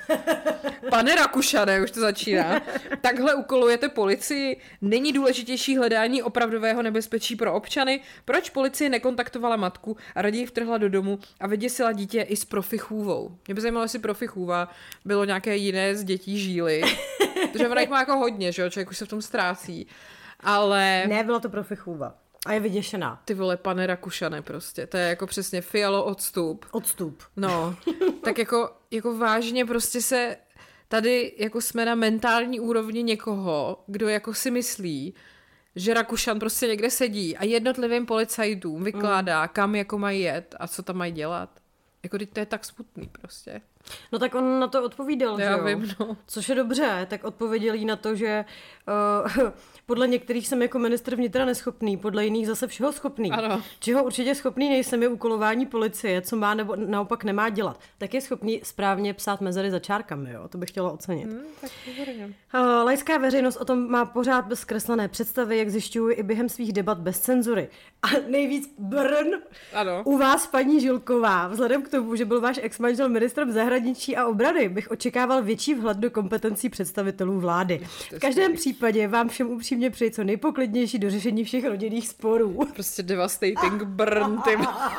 [SPEAKER 1] Pane Rakušane, už to začíná. Takhle úkolujete policii? Není důležitější hledání opravdového nebezpečí pro občany? Proč policie nekontaktovala matku a raději vtrhla do domu a vyděsila dítě i s profichůvou? Mě by zajímalo, jestli profichůva bylo nějaké jiné z dětí Žíly. Protože ona jich má jako hodně, že jo, člověk už se v tom ztrácí. Ale...
[SPEAKER 2] Ne, byla to profichůva. A je vyděšená.
[SPEAKER 1] Ty vole, pane Rakušane prostě. To je jako přesně Fialo odstup.
[SPEAKER 2] Odstup.
[SPEAKER 1] No, tak jako, jako vážně prostě se tady jako jsme na mentální úrovni někoho, kdo jako si myslí, že Rakušan prostě někde sedí a jednotlivým policajtům vykládá, mm. kam jako mají jet a co tam mají dělat. Jako teď to je tak smutný prostě.
[SPEAKER 2] No tak on na to odpovídal,
[SPEAKER 1] Já
[SPEAKER 2] že jo?
[SPEAKER 1] vím, no.
[SPEAKER 2] Což je dobře, tak odpověděl jí na to, že uh, podle některých jsem jako ministr vnitra neschopný, podle jiných zase všeho schopný.
[SPEAKER 1] Ano.
[SPEAKER 2] Čeho určitě schopný nejsem je úkolování policie, co má nebo naopak nemá dělat. Tak je schopný správně psát mezery za čárkami, jo? To bych chtěla ocenit.
[SPEAKER 1] Hmm, tak uh,
[SPEAKER 2] laická veřejnost o tom má pořád bezkreslené představy, jak zjišťuji i během svých debat bez cenzury. A nejvíc brn
[SPEAKER 1] ano.
[SPEAKER 2] U vás, paní Žilková, vzhledem k tomu, že byl váš ex-manžel ministrem zahraničí a obrany, bych očekával větší vhled do kompetencí představitelů vlády. V každém případě vám všem upřímně přeji co nejpoklidnější do řešení všech rodinných sporů.
[SPEAKER 1] Prostě devastating burn, ty.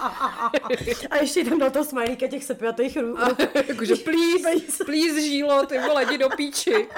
[SPEAKER 2] A ještě tam dal to smajlíka těch sepjatých rů.
[SPEAKER 1] Jakože please, please, Žílo, ty vole, jdi do píči.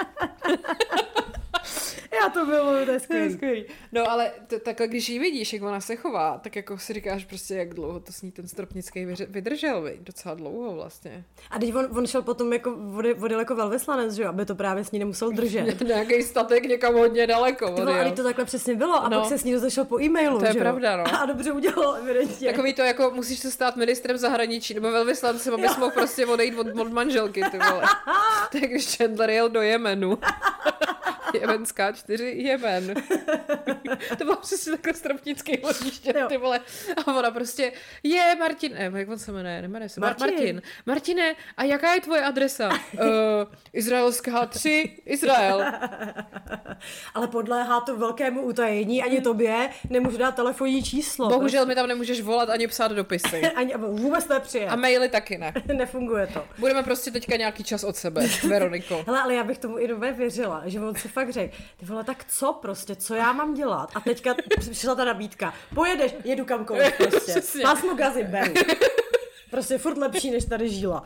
[SPEAKER 2] Já to bylo, to je skvělý.
[SPEAKER 1] skvělý. No ale t- takhle, když ji vidíš, jak ona se chová, tak jako si říkáš prostě, jak dlouho to s ní ten Stropnický vydržel, vy. Docela dlouho vlastně.
[SPEAKER 2] A teď on, on šel potom jako odjel jako velvyslanec, že jo, aby to právě s ní nemusel držet.
[SPEAKER 1] Nějaký statek někam hodně daleko.
[SPEAKER 2] Ty vole, a to takhle přesně bylo a no. Pak se s ní rozešel po e-mailu,
[SPEAKER 1] to je
[SPEAKER 2] že
[SPEAKER 1] pravda, no.
[SPEAKER 2] A dobře udělal, evidentně.
[SPEAKER 1] Takový to jako musíš se stát ministrem zahraničí nebo velvyslancem, abys mohl prostě odejít od, od manželky, ty vole. Tak když Chandler jel do Jemenu. Jemenská čtyři Jemen. To bylo přesně takhle Stropnický lodiště, ty vole. A ona prostě, je Martin, ne, jak on se jmenuje, nemenuje se, Martin. Martin. Martine, a jaká je tvoje adresa? Uh, Izraelská tři, Izrael.
[SPEAKER 2] Ale podléhá to velkému utajení, ani tobě nemůžu dát telefonní číslo.
[SPEAKER 1] Bohužel mi tam nemůžeš volat ani psát dopisy.
[SPEAKER 2] Ani, vůbec nepřijet.
[SPEAKER 1] A maily taky ne.
[SPEAKER 2] Nefunguje to.
[SPEAKER 1] Budeme prostě teďka nějaký čas od sebe, Veroniko.
[SPEAKER 2] Hele, ale já bych tomu i době věřila, že on si fakt řekl, ty vole, tak co prostě, co já mám dělat? A teďka přišla ta nabídka, pojedeš, jedu kamkoliv prostě. Pásmo gazy beru. Prostě furt lepší, než tady Žíla.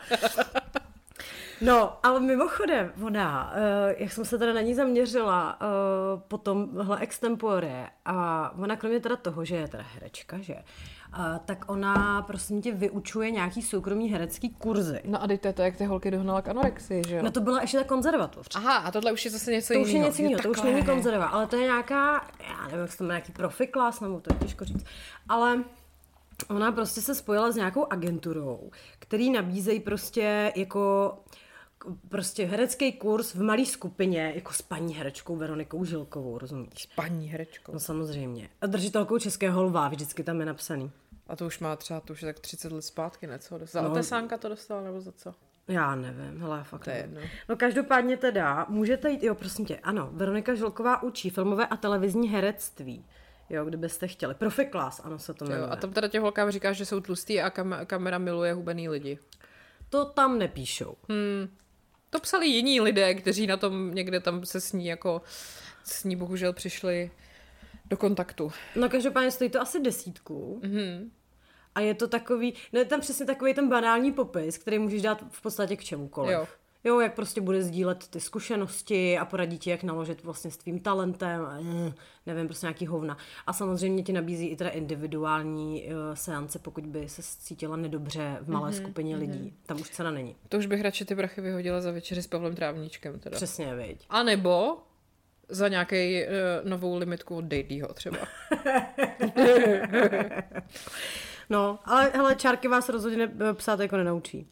[SPEAKER 2] No, ale mimochodem, ona, uh, jak jsem se teda na ní zaměřila uh, po tomhle extempore, a ona kromě teda toho, že je teda herečka, že, uh, tak ona, prosím tě, vyučuje nějaký soukromý herecký kurzy.
[SPEAKER 1] No a teď to je, jak ty holky dohnala k anorexii, že jo?
[SPEAKER 2] No to byla ještě ta konzervatoř.
[SPEAKER 1] Aha, a tohle už je zase něco
[SPEAKER 2] jiného. To
[SPEAKER 1] jiného.
[SPEAKER 2] už je něco jiného, to už není konzerva, ale to je nějaká, já nevím, jak se to má, nějaký profiklas, nebo to je těžko říct, ale ona prostě se spojila s nějakou agenturou, který nabízejí prostě jako prostě herecký kurz v malé skupině, jako s paní herečkou Veronikou Žilkovou, rozumíš?
[SPEAKER 1] S paní herečkou.
[SPEAKER 2] No samozřejmě. A držitelkou Českého lva, vždycky tam je napsaný.
[SPEAKER 1] A to už má třeba, to už je tak třicet let zpátky, ne? Co? Za no. Otesánka to dostala, nebo za co?
[SPEAKER 2] Já nevím, hele, fakt
[SPEAKER 1] to je jedno.
[SPEAKER 2] No každopádně teda, můžete jít, jo, prosím tě, ano, Veronika Žilková učí filmové a televizní herectví. Jo, kdybyste chtěli. Profiklas, ano, se to jmenuje.
[SPEAKER 1] A tam teda těch holkám říkáš, že jsou tlustý a kam- kamera miluje hubený lidi.
[SPEAKER 2] To tam nepíšou.
[SPEAKER 1] Hmm. To psali jiní lidé, kteří na tom někde tam se s ní jako s ní bohužel přišli do kontaktu.
[SPEAKER 2] No každopádně stojí to asi desítku.
[SPEAKER 1] Mm-hmm.
[SPEAKER 2] A je to takový, no je tam přesně takový ten banální popis, který můžeš dát v podstatě k čemukoliv.
[SPEAKER 1] Jo.
[SPEAKER 2] Jo, jak prostě bude sdílet ty zkušenosti a poradí ti, jak naložit vlastně s tvým talentem, a nevím, prostě nějaký hovna. A samozřejmě ti nabízí i teda individuální uh, seance, pokud by se cítila nedobře v malé mm-hmm, skupině mm-hmm. lidí. Tam už cena není.
[SPEAKER 1] To už bych radši ty prachy vyhodila za večeři s Pavlem Trávníčkem teda.
[SPEAKER 2] Přesně, viď.
[SPEAKER 1] A nebo za nějaký uh, novou limitku od Dailyho třeba.
[SPEAKER 2] No, ale hele, čárky vás rozhodně psát jako nenaučí.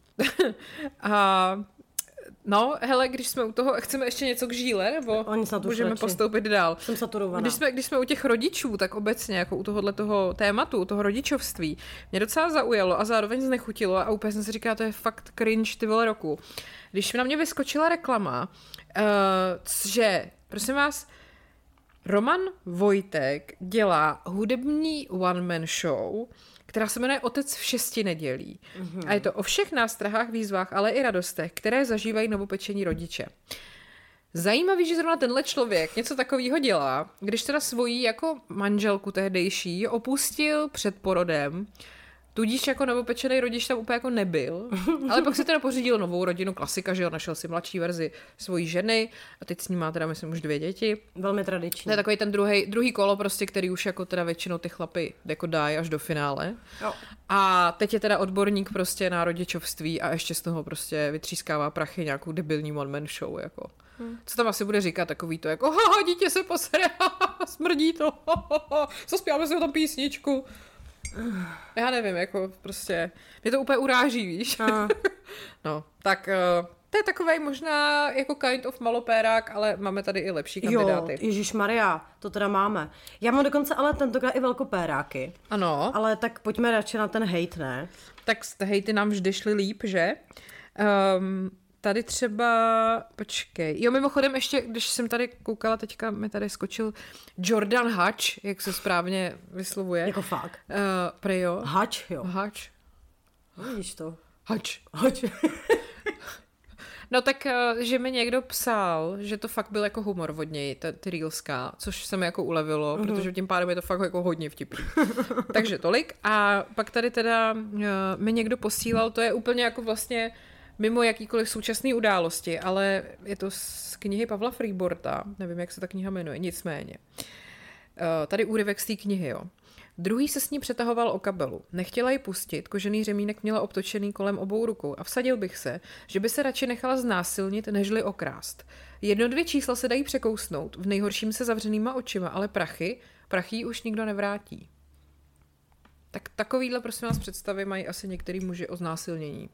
[SPEAKER 1] A no, hele, když jsme u toho, chceme ještě něco k žíle, nebo můžeme radši postoupit dál?
[SPEAKER 2] Jsem saturovaná.
[SPEAKER 1] Když jsme, když jsme u těch rodičů, tak obecně, jako u tohohle toho tématu, u toho rodičovství, mě docela zaujalo a zároveň znechutilo a úplně jsem si říkala, to je fakt cringe, ty vole roku. Když na mě vyskočila reklama, uh, že, prosím vás, Roman Vojtek dělá hudební one-man show, která se jmenuje Otec v šesti nedělí. Mm-hmm. A je to o všech nástrahách, výzvách, ale i radostech, které zažívají novopečení rodiče. Zajímavý, že zrovna tenhle člověk něco takového dělá, když teda svoji jako manželku tehdejší opustil před porodem, tudíž jako novopečený rodič tam úplně jako nebyl, ale pak si teda pořídil novou rodinu, klasika, že jo, našel si mladší verzi svojí ženy a teď s ní má teda, myslím, už dvě děti.
[SPEAKER 2] Velmi tradiční.
[SPEAKER 1] To je takový ten druhý, druhý kolo prostě, který už jako teda většinou ty chlapy jako dají až do finále. Jo. A teď je teda odborník prostě na rodičovství a ještě z toho prostě vytřískává prachy nějakou debilní one-man show, jako. Hmm. Co tam asi bude říkat, takový to jako, haha, dítě se posere, smrdí to, zaspíváme si o tom písničku. Já nevím, jako prostě, mě to úplně uráží, víš. No, tak uh, to je takovej možná jako kind of malopérák, ale máme tady i lepší kandidáty.
[SPEAKER 2] Jo, ježišmarja, to teda máme. Já mám dokonce ale tentokrát i velkopéráky.
[SPEAKER 1] Ano.
[SPEAKER 2] Ale tak pojďme radši na ten hejt, ne?
[SPEAKER 1] Tak hejty nám vždy šly líp, že? Um, Tady třeba, počkej, jo mimochodem ještě, když jsem tady koukala, teďka mi tady skočil Jordan Hutch, jak se správně vyslovuje.
[SPEAKER 2] Jako fakt?
[SPEAKER 1] Uh, prej jo.
[SPEAKER 2] Hutch, jo.
[SPEAKER 1] Hutch.
[SPEAKER 2] Vidíš to?
[SPEAKER 1] Hutch.
[SPEAKER 2] Hutch.
[SPEAKER 1] No tak, že mi někdo psal, že to fakt byl jako humor od něj, ty reelská, což se mi jako ulevilo, mm-hmm. protože tím pádem je to fakt jako hodně vtipný. Takže tolik. A pak tady teda uh, mi někdo posílal, to je úplně jako vlastně mimo jakýkoliv současné události, ale je to z knihy Pavla Freeborta, nevím, jak se ta kniha jmenuje, nicméně. Tady úryvek z té knihy, jo. Druhý se s ní přetahoval o kabelu. Nechtěla ji pustit, kožený řemínek měla obtočený kolem obou rukou a vsadil bych se, že by se radši nechala znásilnit, nežli okrást. Jedno dvě čísla se dají překousnout, v nejhorším se zavřenýma očima, ale prachy, prachy už nikdo nevrátí. Tak takovýhle, prosím vás, představy mají asi některý muži o znásilnění.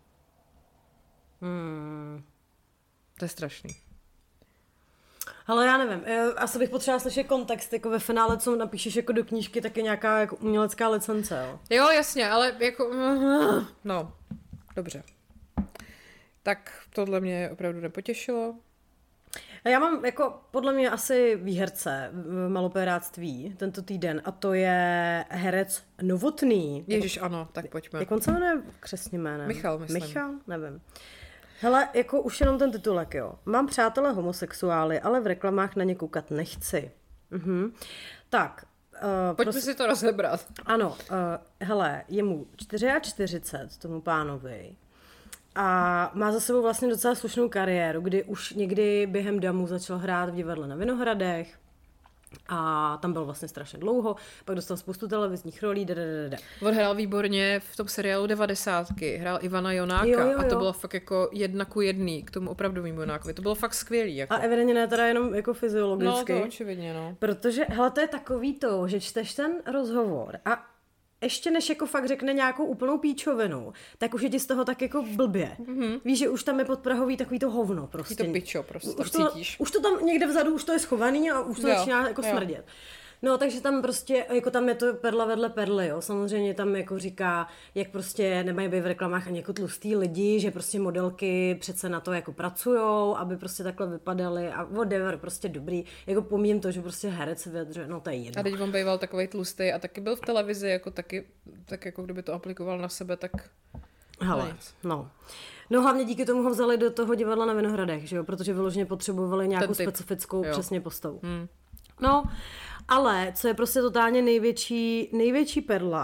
[SPEAKER 2] Hmm.
[SPEAKER 1] To je strašný.
[SPEAKER 2] Ale já nevím, asi bych potřebovala slyšet kontext, jako ve finále, co napíšeš jako do knížky, tak je nějaká jako umělecká licence, jo?
[SPEAKER 1] Jo, jasně, ale jako, no, dobře. Tak tohle mě opravdu nepotěšilo.
[SPEAKER 2] A já mám jako podle mě asi výherce v malopéráctví tento týden a to je herec Novotný.
[SPEAKER 1] Ježiš, ano, tak pojďme.
[SPEAKER 2] Jak on se jmenuje křestním jménem?
[SPEAKER 1] Michal, myslím.
[SPEAKER 2] Michal? Nevím. Hele, jako už jenom ten titulek, jo. Mám přátele homosexuály, ale v reklamách na ně koukat nechci. Mhm. Tak.
[SPEAKER 1] Uh, Pojďme pros... si to rozebrat.
[SPEAKER 2] Ano, uh, hele, je mu čtyřicet čtyři, tomu pánovi. A má za sebou vlastně docela slušnou kariéru, kdy už někdy během damu začal hrát v divadle na Vinohradech a tam byl vlastně strašně dlouho, pak dostal spoustu televizních rolí, dadadada.
[SPEAKER 1] On hrál výborně v tom seriálu devadesátky, hrál Ivana Jonáka
[SPEAKER 2] jo, jo, jo.
[SPEAKER 1] A to bylo fakt jako jedna ku jedný k tomu opravdovému Jonákovi, to bylo fakt skvělý. Jako.
[SPEAKER 2] A evidentně ne teda jenom jako fyziologicky.
[SPEAKER 1] No to očividně, no.
[SPEAKER 2] Protože, hele, to je takový to, že čteš ten rozhovor a ještě než jako fakt řekne nějakou úplnou píčovinu, tak už je ti z toho tak jako blbě. Mm-hmm. Víš, že už tam je podprahový takový to hovno prostě.
[SPEAKER 1] Takový to pičo prostě,
[SPEAKER 2] už to,
[SPEAKER 1] cítíš.
[SPEAKER 2] Už to tam někde vzadu, už to je schovaný a už to jo, začíná jako jo. smrdět. No, takže tam prostě, jako tam je to perla vedle perly, jo. Samozřejmě tam jako říká, jak prostě nemají být v reklamách ani jako tlustý lidi, že prostě modelky přece na to jako pracujou, aby prostě takhle vypadaly a whatever, prostě dobrý. Jako pomím to, že prostě herec se vyjadřuje, no to je jedno.
[SPEAKER 1] A teď on býval takovej tlustý a taky byl v televizi, jako taky, tak jako kdyby to aplikoval na sebe, tak
[SPEAKER 2] hele, no. No hlavně díky tomu ho vzali do toho divadla na Vinohradech, že jo, protože vyloženě potřebovali nějakou specifickou jo. přesně postavu. Hmm. No, ale co je prostě totálně největší, největší perla,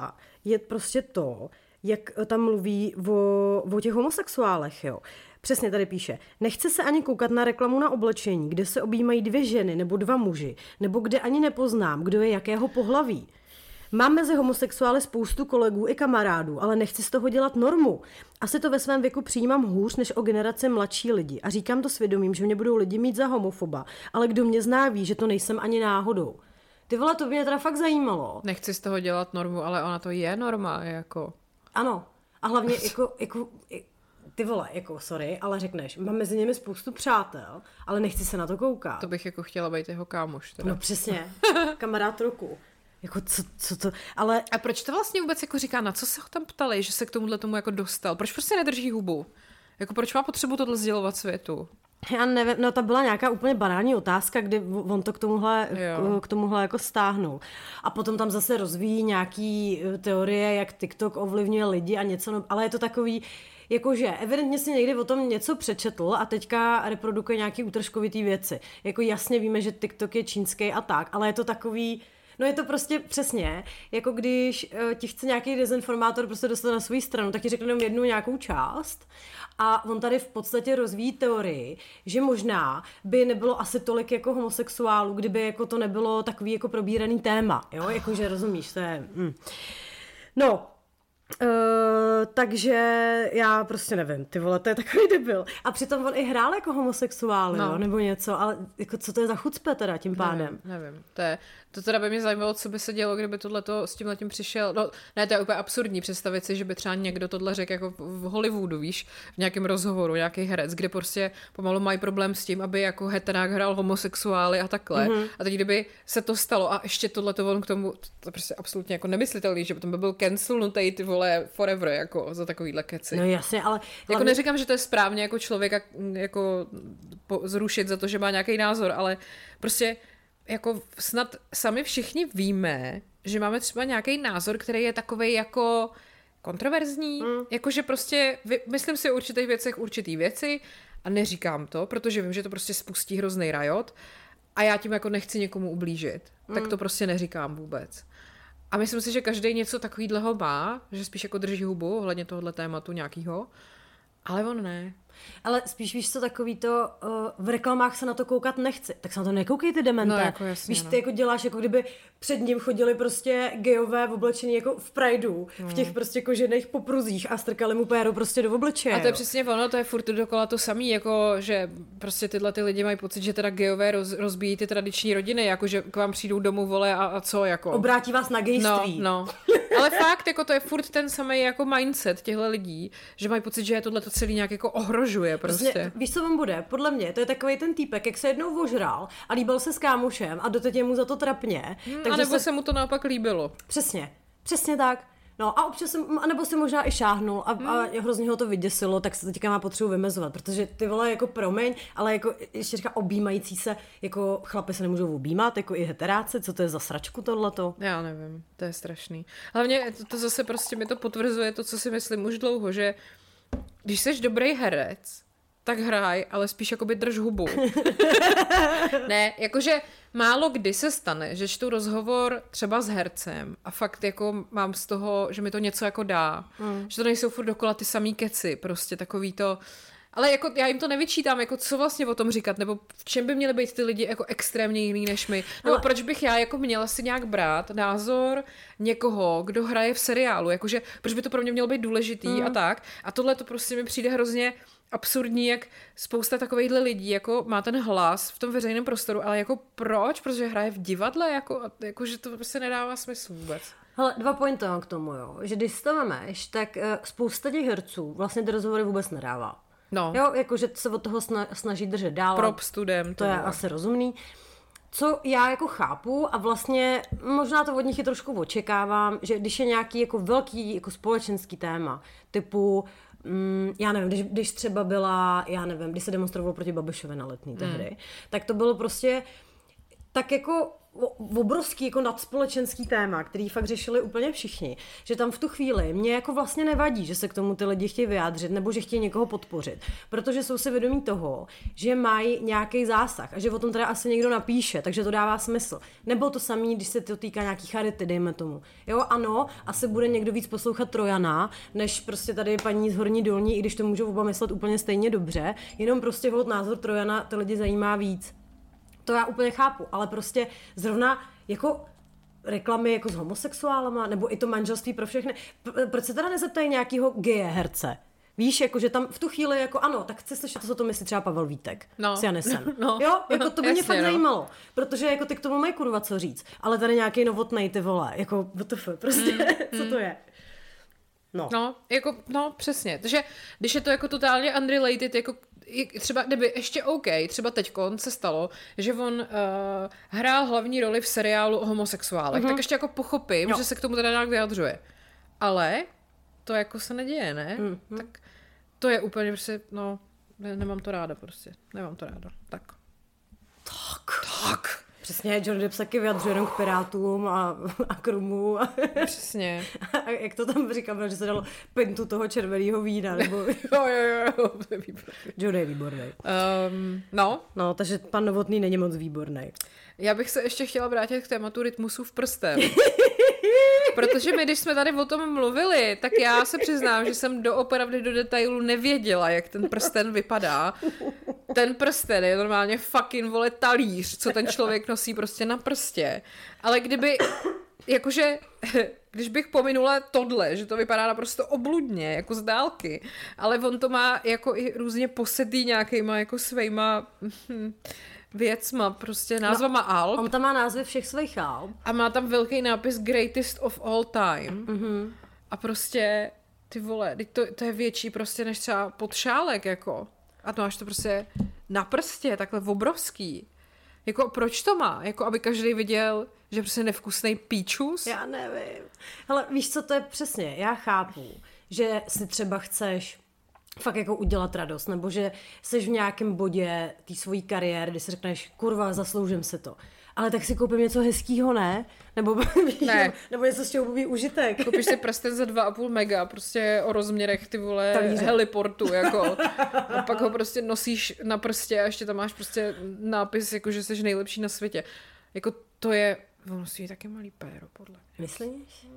[SPEAKER 2] je prostě to, jak tam mluví o, o těch homosexuálech, jo. Přesně tady píše, nechce se ani koukat na reklamu na oblečení, kde se objímají dvě ženy nebo dva muži, nebo kde ani nepoznám, kdo je jakého pohlaví. Mám mezi homosexuály spoustu kolegů i kamarádů, ale nechci z toho dělat normu. Asi to ve svém věku přijímám hůř než o generaci mladší lidi a říkám to svědomím, že mě budou lidi mít za homofoba, ale kdo mě zná ví, že to nejsem ani náhodou. Ty vole, to mě teda fakt zajímalo.
[SPEAKER 1] Nechci z toho dělat normu, ale ona to je norma, jako.
[SPEAKER 2] Ano, a hlavně jako, jako, ty vole, jako sorry, ale řekneš, mám mezi nimi spoustu přátel, ale nechci se na to koukat.
[SPEAKER 1] To bych jako chtěla být jeho kámoš. Teda.
[SPEAKER 2] No přesně, kamarád roku. Jako co, co to, ale...
[SPEAKER 1] A proč to vlastně vůbec jako říká, na co se ho tam ptali, že se k tomuhle tomu jako dostal? Proč prostě nedrží hubu? Jako proč má potřebu tohle sdělovat světu?
[SPEAKER 2] Já nevím, no ta byla nějaká úplně banální otázka, kdy on to k tomuhle, k, k tomuhle jako stáhnul. A potom tam zase rozvíjí nějaký teorie, jak TikTok ovlivňuje lidi a něco, no, ale je to takový, jakože evidentně si někdy o tom něco přečetl a teďka reprodukuje nějaký útržkovitý věci. Jako jasně víme, že TikTok je čínský a tak, ale je to takový... No je to prostě přesně, jako když uh, ti chce nějaký dezinformátor prostě dostat na svou stranu, tak ti řekne jenom jednu nějakou část a on tady v podstatě rozvíjí teorii, že možná by nebylo asi tolik jako homosexuálů, kdyby jako to nebylo takový jako probíraný téma, jo, jakože rozumíš, to je... Mm. No, Uh, takže já prostě nevím, ty vole, to je takový debil. A přitom on i hrál jako homosexuál, no. jo, nebo něco, ale jako co to je za chucpe teda tím pádem?
[SPEAKER 1] Nevím, nevím. To, je, to teda by mě zajímalo, co by se dělo, kdyby tohleto s tímhletím přišel. No, ne, to je úplně absurdní představit si, že by třeba někdo tohle řekl jako v Hollywoodu, víš, v nějakém rozhovoru, nějaký herec, kde prostě pomalu mají problém s tím, aby jako heterák hrál homosexuály a takhle. Mm-hmm. A teď kdyby se to stalo a ještě tohleto on k tomu, to je prostě absolutně jako nemyslitelný, že potom by byl cancelnutý, ty vole, forever, jako za takovýhle keci.
[SPEAKER 2] No jasně, ale...
[SPEAKER 1] Jako
[SPEAKER 2] hlavně...
[SPEAKER 1] neříkám, že to je správně jako člověka jako po, zrušit za to, že má nějaký názor, ale prostě jako snad sami všichni víme, že máme třeba nějaký názor, který je takovej jako kontroverzní, mm. jakože prostě vy, myslím si o určitých věcech určitý věci a neříkám to, protože vím, že to prostě spustí hrozný rajot a já tím jako nechci někomu ublížit, mm. tak to prostě neříkám vůbec. A myslím si, že každý něco takovýhleho má, že spíš jako drží hubu ohledně tohohle tématu nějakýho, ale on ne.
[SPEAKER 2] Ale spíš víš co, takový to, uh, v reklamách se na to koukat nechci, tak se na to nekoukej ty demente.
[SPEAKER 1] No, jako jasně,
[SPEAKER 2] víš, ty
[SPEAKER 1] no.
[SPEAKER 2] jako děláš, jako kdyby před ním chodili prostě gejové v oblečení jako v prideu, no. v těch prostě kožených popruzích a strkali mu péro prostě do obličeje.
[SPEAKER 1] A to je přesně ono, to je furt dokola to samý, jako že prostě tyhle ty lidi mají pocit, že teda gejové roz, rozbíjí ty tradiční rodiny, jako že k vám přijdou domů, vole, a, a co, jako.
[SPEAKER 2] Obrátí vás na gejství.
[SPEAKER 1] No, no. Ale fakt, jako to je furt ten samý jako mindset těchto lidí, že mají pocit, že tohle to celý nějak jako ohrožuje prostě. prostě.
[SPEAKER 2] Víš, co on bude? Podle mě, to je takový ten týpek, jak se jednou ožral a líbil se s kámošem a doteď je mu za to trapně.
[SPEAKER 1] Hmm, a nebo se... se mu to naopak líbilo.
[SPEAKER 2] Přesně, přesně tak. No a občas jsem, anebo si možná i šáhnul a, hmm. a hrozně ho to vyděsilo, tak se teďka má potřebu vymezovat, protože ty vole jako promiň, ale jako ještě říká objímající se, jako chlapi se nemůžou objímat, jako i heteráci, co to je za sračku tohleto?
[SPEAKER 1] Já nevím, to je strašný. Hlavně to, to zase prostě mi to potvrzuje to, co si myslím už dlouho, že když jsi dobrý herec, tak hraj, ale spíš jakoby drž hubu. Ne, jakože málo kdy se stane, že čtu rozhovor třeba s hercem a fakt jako mám z toho, že mi to něco jako dá. Mm. Že to nejsou furt dokola ty samý keci, prostě takový to... Ale jako já jim to nevyčítám, jako co vlastně o tom říkat, nebo v čem by měly být ty lidi jako extrémně jiný než my. Nebo ale... proč bych já jako měla si nějak brát názor někoho, kdo hraje v seriálu, jakože proč by to pro mě mělo být důležitý mm. a tak. A tohle to prostě mi přijde hrozně absurdní, jak spousta takovýchhle lidí jako má ten hlas v tom veřejném prostoru, ale jako proč? Protože hraje v divadle, jako, jako že to prostě nedává smysl vůbec.
[SPEAKER 2] Hele, dva pointy k tomu, jo. Že když to máš, tak uh, spousta těch herců vlastně ty rozhovory vůbec nedává.
[SPEAKER 1] No.
[SPEAKER 2] Jo, jakože se od toho snaží držet dál.
[SPEAKER 1] Prop studem.
[SPEAKER 2] To je asi rozumný. Co já jako chápu a vlastně možná to od nich i trošku očekávám, že když je nějaký jako velký jako společenský téma, typu Mm, já nevím, když, když třeba byla, já nevím, když se demonstrovalo proti Babišovi na Letný tehdy, mm. tak to bylo prostě tak jako obrovský jako nadspolečenský téma, který fakt řešili úplně všichni, že tam v tu chvíli mě jako vlastně nevadí, že se k tomu ty lidi chtějí vyjádřit nebo že chtějí někoho podpořit, protože jsou si vědomí toho, že mají nějaký zásah a že o tom teda asi někdo napíše, takže to dává smysl. Nebo to samé, když se to týká nějaký charity, dejme tomu. Jo, ano, asi bude někdo víc poslouchat Trojana, než prostě tady paní z Horní Dolní, i když to můžou oba myslet úplně stejně dobře, jenom prostě hod názor Trojana ty lidi zajímá víc. To já úplně chápu, ale prostě zrovna jako reklamy jako s homosexuálama, nebo i to manželství pro všechny. Proč se teda nezeptají nějakýho geje herce? Víš, jako, že tam v tu chvíli, jako ano, tak chci slyšet, co to myslí třeba Pavel Vítek
[SPEAKER 1] no.
[SPEAKER 2] s Janisem.
[SPEAKER 1] No.
[SPEAKER 2] Jo, jako to by
[SPEAKER 1] Jasně,
[SPEAKER 2] mě fakt
[SPEAKER 1] no.
[SPEAKER 2] zajímalo, protože jako ty k tomu mají kurva co říct, ale tady nějaký novotnej, ty vole, jako W T F, prostě, mm, co to je? No.
[SPEAKER 1] No, jako, no, přesně. Takže když je to jako totálně unrelated, jako třeba, kdyby ještě OK, třeba teďkon se stalo, že on uh, hrál hlavní roli v seriálu o homosexuálech, mm-hmm. tak ještě jako pochopím, jo. že se k tomu teda nějak vyjadřuje. Ale to jako se neděje, ne? Mm-hmm. Tak to je úplně prostě, no, ne, nemám to ráda prostě. Nemám to ráda. Tak.
[SPEAKER 2] Tak.
[SPEAKER 1] Tak.
[SPEAKER 2] Přesně, Johnny Depp se taky vyjadřuje jenom k Pirátům a, a k rumu.
[SPEAKER 1] Přesně.
[SPEAKER 2] A jak to tam říkám, že se dalo pintu toho červeného vína, nebo...
[SPEAKER 1] jo, jo, jo, to je výborný.
[SPEAKER 2] Johnny je výborný.
[SPEAKER 1] Um, no.
[SPEAKER 2] No, takže pan Novotný není moc výborný.
[SPEAKER 1] Já bych se ještě chtěla vrátit k tématu rytmusů v prsten. Protože my, když jsme tady o tom mluvili, tak já se přiznám, že jsem doopravdy do detailu nevěděla, jak ten prsten vypadá. Ten prsten je normálně fucking, vole, talíř, co ten člověk nosí prostě na prstě. Ale kdyby, jakože, když bych pominula tohle, že to vypadá naprosto obludně, jako z dálky, ale on to má jako i různě posedý nějakýma jako svejma... věcma, prostě názvama no, alb.
[SPEAKER 2] On tam má názvy všech svých alb.
[SPEAKER 1] A má tam velký nápis Greatest of All Time.
[SPEAKER 2] Mm-hmm.
[SPEAKER 1] A prostě, ty vole, to, to je větší prostě než třeba podšálek, jako. A to máš to prostě na prstě, takhle obrovský. Jako, proč to má? Jako, aby každý viděl, že prostě nevkusnej píčus?
[SPEAKER 2] Já nevím. Hele, víš, co to je přesně? Já chápu, že si třeba chceš fakt jako udělat radost, nebo že jsi v nějakém bodě té svojí kariéry, kdy si řekneš, kurva, zasloužím si to. Ale tak si koupím něco hezkýho, ne? Nebo,
[SPEAKER 1] ne.
[SPEAKER 2] nebo něco, z čeho bude užitek.
[SPEAKER 1] Koupíš si prsten za dva a půl mega, prostě o rozměrech, ty vole,
[SPEAKER 2] Talíře.
[SPEAKER 1] heliportu, jako. A pak ho prostě nosíš na prstě a ještě tam máš prostě nápis, jako, že jsi nejlepší na světě. Jako to je, on musí taky malý péro, podle mě.
[SPEAKER 2] Myslíš?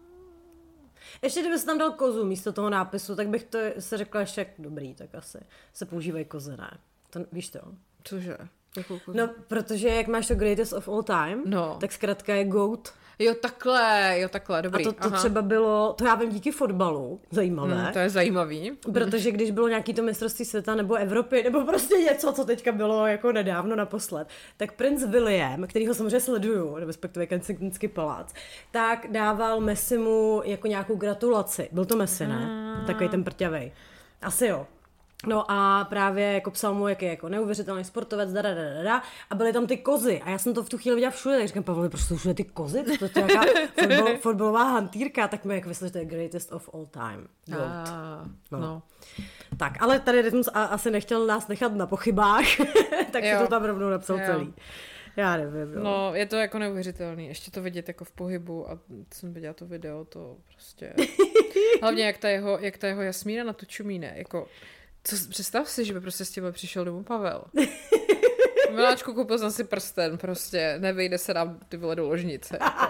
[SPEAKER 2] Ještě kdyby se tam dal kozu místo toho nápisu, tak bych to se řekla ještě jak dobrý, tak asi se používají kozy, ne? To, víš to?
[SPEAKER 1] Cože?
[SPEAKER 2] No, protože jak máš to Greatest of All Time,
[SPEAKER 1] no.
[SPEAKER 2] tak zkrátka je GOAT.
[SPEAKER 1] Jo, takhle, jo, takhle, dobrý.
[SPEAKER 2] A to, to třeba bylo, to já vím díky fotbalu, zajímavé.
[SPEAKER 1] Hmm, to je zajímavý.
[SPEAKER 2] Protože když bylo nějaký to mistrovství světa nebo Evropy, nebo prostě něco, co teďka bylo jako nedávno naposled, tak princ William, kterýho samozřejmě sleduju, nebo respektive Kensingtonský palác, tak dával Messimu jako nějakou gratulaci. Byl to Messi, ne? Hmm. Takový ten prťavej. Asi jo. No a právě jako psal mu, jak je jako neuvěřitelný sportovec, da, da, da, da, da, a byly tam ty kozy. A já jsem to v tu chvíli viděla všude, tak říkám, Pavle, proč jsou všude ty kozy? To je nějaká fotbal, fotbalová hantýrka, tak mi jako vysvětli, že to je greatest of all time.
[SPEAKER 1] Ah, no. no.
[SPEAKER 2] Tak, ale tady Rytmus asi nechtěl nás nechat na pochybách, tak jo. si to tam rovnou napsal jo. celý. Já nevím. Jo.
[SPEAKER 1] No, je to jako neuvěřitelný. Ještě to vidět jako v pohybu a jsem viděla to video, to prostě... Hlavně jak ta jeho, jak ta jeho Jasmína na to čumí, ne? Jako... Co, představ si, že by prostě s tím přišel domů Pavel. Miláčku, koupil jsem si prsten, prostě nevejde se nám ty vole do ložnice. Jako.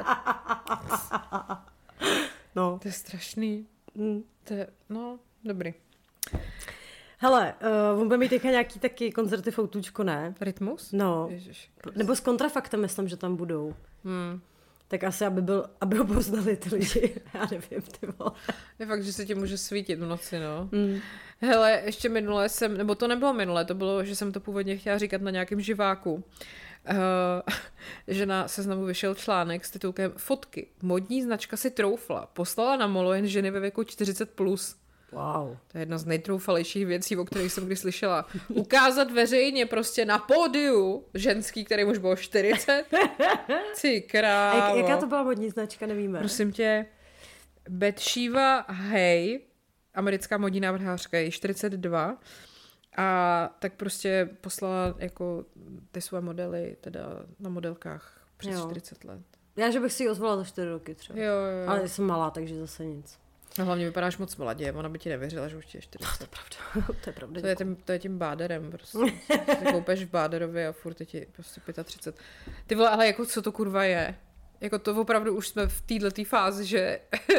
[SPEAKER 2] No.
[SPEAKER 1] To je strašný. Mm. To je, no, dobrý.
[SPEAKER 2] Hele, uh, on bude mít teďka nějaký taky koncerty v Outůčku, ne?
[SPEAKER 1] Rytmus?
[SPEAKER 2] No.
[SPEAKER 1] Ježiš,
[SPEAKER 2] nebo s kontrafaktem, myslím, že tam budou.
[SPEAKER 1] Hmm.
[SPEAKER 2] Tak asi, aby, byl, aby ho poznali ty lidi. Já nevím, ty vole.
[SPEAKER 1] Je fakt, že se ti může svítit v noci, no.
[SPEAKER 2] Mm.
[SPEAKER 1] Hele, ještě minule jsem, nebo to nebylo minule, to bylo, že jsem to původně chtěla říkat na nějakém živáku. Uh, že na Seznamu vyšel článek s titulkem Fotky. Modní značka si troufla. Poslala na molo jen ženy ve věku čtyřicet plus.
[SPEAKER 2] Wow.
[SPEAKER 1] To je jedna z nejtroufalejších věcí, o kterých jsem kdy slyšela. Ukázat veřejně prostě na pódiu ženský, který už bylo čtyřicet. Ty krávo.
[SPEAKER 2] A jak, jaká to byla modní značka, nevíme.
[SPEAKER 1] Prosím tě, Bathsheba Hay, americká modní návrhářka, je čtyřicet dva A tak prostě poslala jako ty své modely teda na modelkách přes jo. čtyřicet let.
[SPEAKER 2] Já, že bych si ji ozvala za čtyři roky třeba.
[SPEAKER 1] Jo, jo, jo.
[SPEAKER 2] Ale jsem malá, takže zase nic.
[SPEAKER 1] No hlavně vypadáš moc mladě, ona by ti nevěřila, že už ti je čtyřicet.
[SPEAKER 2] No, to je pravda. to je pravda.
[SPEAKER 1] To je, tím, to je tím báderem prostě. Ty koupeš v Báderově a furt je ti prostě třicet pět. Ty vole, ale jako co to kurva je? Jako to opravdu už jsme v této fázi, že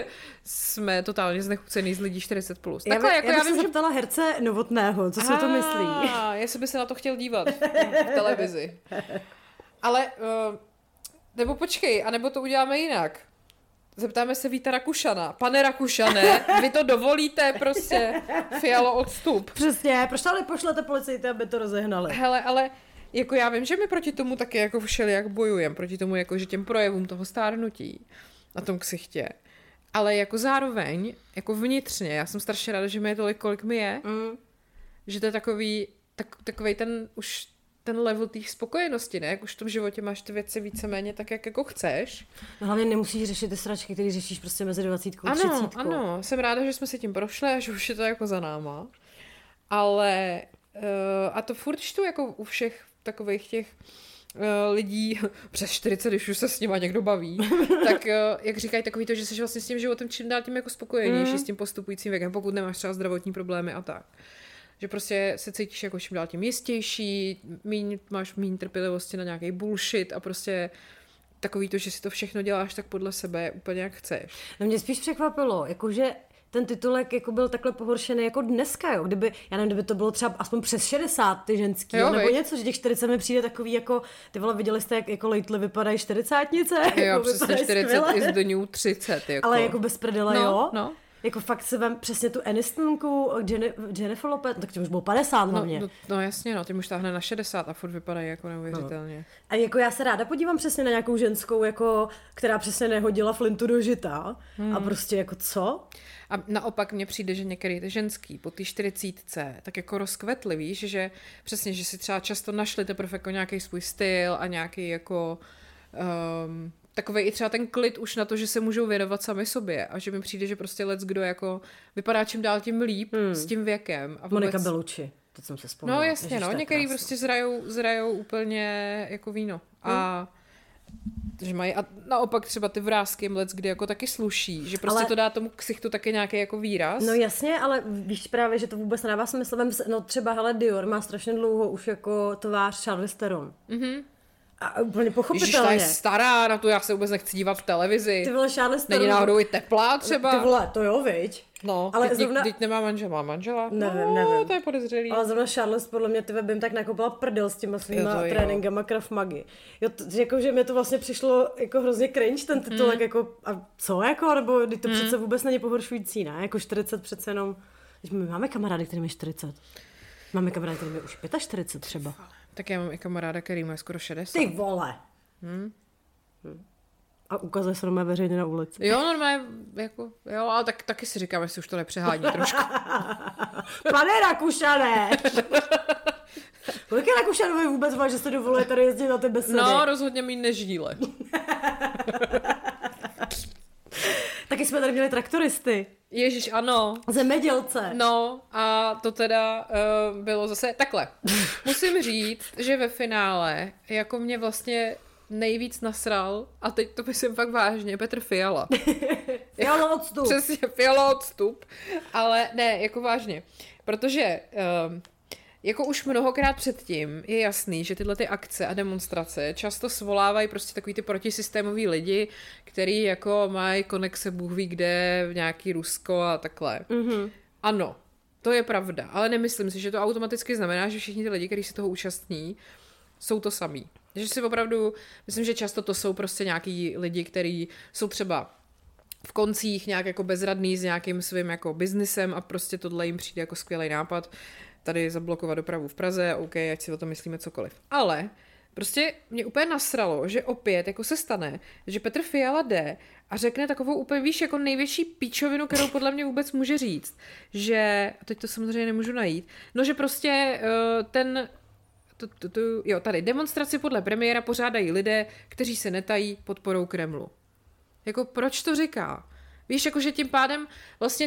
[SPEAKER 1] jsme totálně znechucený z lidí čtyřicet plus.
[SPEAKER 2] Já, Takhle, jako já, já bych se zeptala že... herce Novotného, co si o to myslí.
[SPEAKER 1] Jestli by se na to chtěl dívat v televizi. Ale, uh, nebo počkej, anebo to uděláme jinak. Zeptáme se Víta Rakušana. Pane Rakušane, vy to dovolíte prostě? Fialo, odstup.
[SPEAKER 2] Přesně, proč ale pošlete policajty, aby to rozehnali?
[SPEAKER 1] Hele, ale jako já vím, že my proti tomu taky jako všelijak bojujeme, proti tomu jako, že těm projevům toho stárnutí na tom ksichtě. Ale jako zároveň, jako vnitřně, já jsem strašně ráda, že mi je tolik, kolik mi je, mm. že to je takový, tak, takovej ten už ten level té spokojenosti, ne? Jak už v tom životě máš ty věci víceméně tak, jak jako chceš.
[SPEAKER 2] No hlavně nemusíš řešit ty sračky, které řešíš prostě mezi dvacítkou a třicítkou.
[SPEAKER 1] Ano, ano, jsem ráda, že jsme si tím prošli a že už je to jako za náma. Ale uh, a to furt čtu jako u všech takových těch uh, lidí přes čtyřicet, když už se s nima někdo baví, tak uh, jak říkají takový to, že jsi vlastně s tím životem čím dál tím jako spokojenější, mm. s tím postupujícím věkem, pokud nemáš třeba zdravotní problémy a tak. Že prostě se cítíš jako čím dál tím jistější, míň, máš míň trpělivosti na nějaký bullshit a prostě takový to, že si to všechno děláš tak podle sebe úplně jak chceš.
[SPEAKER 2] No mě spíš překvapilo, jakože ten titulek jako byl takhle pohoršený jako dneska, jo, kdyby, já nevím, kdyby to bylo třeba aspoň přes šedesát ty ženský, jo, nebo něco, že těch čtyřicet mi přijde takový jako, ty vole, viděli jste, jak jako lejtli vypadají čtyřicátnice?
[SPEAKER 1] Jo,
[SPEAKER 2] jako
[SPEAKER 1] přesně čtyřicet is the new třicet, jako.
[SPEAKER 2] Ale jako bez prdele,
[SPEAKER 1] no,
[SPEAKER 2] jo?
[SPEAKER 1] No.
[SPEAKER 2] Jako fakt se vem přesně tu Anistonku, Jennifer Lopez, tak těm už bylo padesát hlavně.
[SPEAKER 1] No, no, no jasně, no, tím už táhne na šedesát a furt vypadají jako neuvěřitelně.
[SPEAKER 2] No. A jako já se ráda podívám přesně na nějakou ženskou, jako, která přesně nehodila flintu do žita hmm. a prostě jako co?
[SPEAKER 1] A naopak mně přijde, že některý ty ženský po té čtyřicítce tak jako rozkvetli, víš, že přesně, že si třeba často našli teprve jako nějaký svůj styl a nějaký jako um, takovej i třeba ten klid už na to, že se můžou věnovat sami sobě a že mi přijde, že prostě lec kdo jako vypadá čím dál tím líp hmm. s tím věkem. A vůbec...
[SPEAKER 2] Monika Bellucci, to jsem se vzpomněla.
[SPEAKER 1] No jasně, Ježiš, no, některý prostě zrajou, zrajou úplně jako víno. Hmm. A že mají, a naopak třeba ty vrásky mlec, kdy jako taky sluší, že prostě ale... to dá tomu ksichtu taky nějaký jako výraz.
[SPEAKER 2] No jasně, ale víš právě, že to vůbec nedává smysl. No třeba hele Dior má strašně dlouho už jako tvář Charlize Theron. Mhm. A úplně pochopitelně.
[SPEAKER 1] Ježiš, ta je stará, na tu já se vůbec nechci dívat v televizi.
[SPEAKER 2] Ty vole, Charlize Theron.
[SPEAKER 1] Není náhodou i teplá třeba?
[SPEAKER 2] Ty vole, to jo, viď?
[SPEAKER 1] No, ale teď, zrovna... teď nemá manžela, má manžela?
[SPEAKER 2] Nevím,
[SPEAKER 1] no,
[SPEAKER 2] nevím.
[SPEAKER 1] To je podezřelý.
[SPEAKER 2] Ale zrovna Charlize podle mě ty bym tak nakoupila prdel s těma svýma tréninkama Krav Magy. Jo, to, jako, že mi to vlastně přišlo jako hrozně cringe ten titulek, mm. jako, a co jako, nebo to mm. přece vůbec není pohoršující, ne? Jako čtyřicet přece jenom, my máme kamarády, který mají čtyřicet. Máme kamarády, který mají už čtyřicet pět třeba.
[SPEAKER 1] Tak já mám i kamaráda, který má skoro šedesát.
[SPEAKER 2] Ty vole! Hmm? Hmm. A ukazuje se normálně veřejně na ulici.
[SPEAKER 1] Jo, normálně, jako, jo, ale tak, taky si říkám, jestli už to nepřehání trošku.
[SPEAKER 2] Pane Rakušane! Kolik je Rakušanovi vůbec má, že se dovoluje tady jezdit na ty besedy?
[SPEAKER 1] No, rozhodně mít nežíle.
[SPEAKER 2] Taky jsme tady měli traktoristy.
[SPEAKER 1] Ježíš, ano.
[SPEAKER 2] Zemědělce.
[SPEAKER 1] No, a to teda uh, bylo zase takhle. Musím říct, že ve finále jako mě vlastně nejvíc nasral, a teď to myslím fakt vážně, Petr Fiala.
[SPEAKER 2] Fiala odstup.
[SPEAKER 1] Přesně, Fiala odstup. Ale ne, jako vážně. Protože uh, jako už mnohokrát předtím je jasný, že tyhle ty akce a demonstrace často svolávají prostě takový ty protisystémový lidi, který jako mají konexe Bůh ví kde, v nějaký Rusko a takhle. Mm-hmm. Ano, to je pravda, ale nemyslím si, že to automaticky znamená, že všichni ty lidi, kteří se toho účastní, jsou to samý. Že si opravdu, myslím, že často to jsou prostě nějaký lidi, kteří jsou třeba v koncích nějak jako bezradný s nějakým svým jako biznisem a prostě tohle jim přijde jako skvělý nápad tady zablokovat dopravu v Praze, OK, ať si o tom myslíme cokoliv. Ale prostě mě úplně nasralo, že opět jako se stane, že Petr Fiala jde a řekne takovou úplně, víš, jako největší píčovinu, kterou podle mě vůbec může říct, že, a teď to samozřejmě nemůžu najít, no že prostě uh, ten, tu, tu, tu, jo, tady demonstraci podle premiéra pořádají lidé, kteří se netají podporou Kremlu. Jako proč to říká? Víš, jakože tím pádem vlastně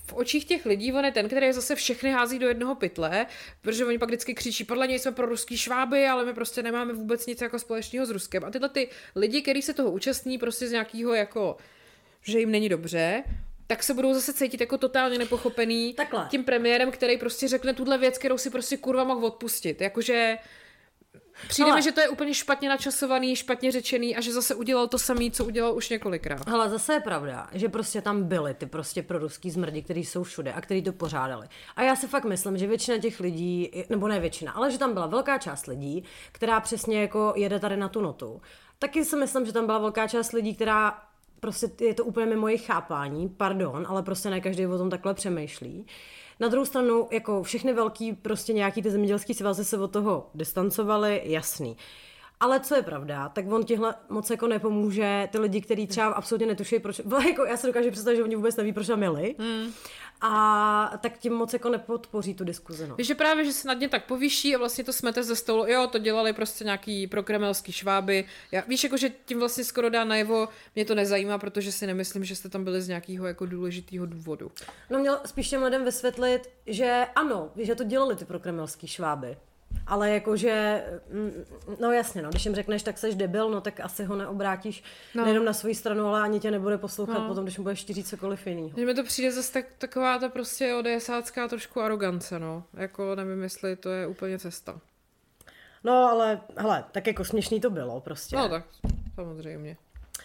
[SPEAKER 1] v očích těch lidí on je ten, který zase všechny hází do jednoho pytle, protože oni pak vždycky křičí, podle něj jsme pro ruský šváby, ale my prostě nemáme vůbec nic jako společného s Ruskem. A tyhle ty lidi, kteří se toho účastní prostě z nějakého jako, že jim není dobře, tak se budou zase cítit jako totálně nepochopený
[SPEAKER 2] Takhle.
[SPEAKER 1] tím premiérem, který prostě řekne tuhle věc, kterou si prostě kurva mohl odpustit. Jakože přijde mi, že to je úplně špatně načasovaný, špatně řečený a že zase udělal to samý, co udělal už několikrát.
[SPEAKER 2] Ale zase je pravda, že prostě tam byly ty prostě proruský zmrdi, kteří jsou všude a kteří to pořádali. A já si fakt myslím, že většina těch lidí, nebo ne většina, ale že tam byla velká část lidí, která přesně jako jede tady na tu notu. Taky si myslím, že tam byla velká část lidí, která prostě je to úplně mimo jejich chápání, pardon, ale prostě ne každý o tom takhle přemýšlí. Na druhou stranu, jako všechny velký prostě nějaký ty zemědělský svazy se od toho distancovali, jasný. Ale co je pravda, tak on tihle moc jako nepomůže ty lidi, kteří třeba absolutně netuší, proč, jako já se dokážu představit, že oni vůbec neví, proč tam jeli. Hmm. A tak tím moc jako nepodpoří tu diskuzi. No.
[SPEAKER 1] Víš, že právě, že se nad ně tak povyší a vlastně to smete ze stolu, jo, to dělali prostě nějaký prokremelský šváby. Já, víš, jako, že tím vlastně skoro dá najevo, mě to nezajímá, protože si nemyslím, že jste tam byli z nějakého jako důležitého důvodu.
[SPEAKER 2] No měl spíš těm lidem vysvětlit, že ano, že to dělali ty prokremelský šváby. Ale jakože, no jasně, no, když jim řekneš, tak seš debil, no tak asi ho neobrátíš no. nejenom na svou stranu, ale ani tě nebude poslouchat no. potom, když mu budeš štířit cokoliv jinýho.
[SPEAKER 1] Že mi to přijde zase tak, taková ta prostě odesácká trošku arogance, no. Jako nevím, jestli to je úplně cesta.
[SPEAKER 2] No, ale hele, tak jako směšný to bylo prostě.
[SPEAKER 1] No tak, samozřejmě.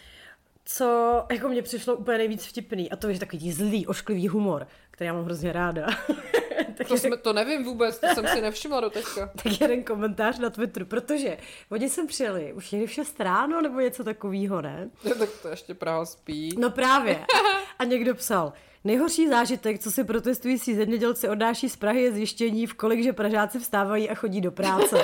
[SPEAKER 2] Co jako mě přišlo úplně nejvíc vtipný, a to je takový zlý, ošklivý humor, který já mám hrozně ráda.
[SPEAKER 1] tak to, jsme, to nevím vůbec, to jsem si nevšimla do teďka.
[SPEAKER 2] Tak jeden komentář na Twitteru, protože oni sem přijeli už někdy v šest ráno nebo něco takového, ne?
[SPEAKER 1] No, tak to ještě Praha spí.
[SPEAKER 2] No právě. A někdo psal, nejhorší zážitek, co si protestující zemědělci odnáší z Prahy, je zjištění, v kolik, že Pražáci vstávají a chodí do práce.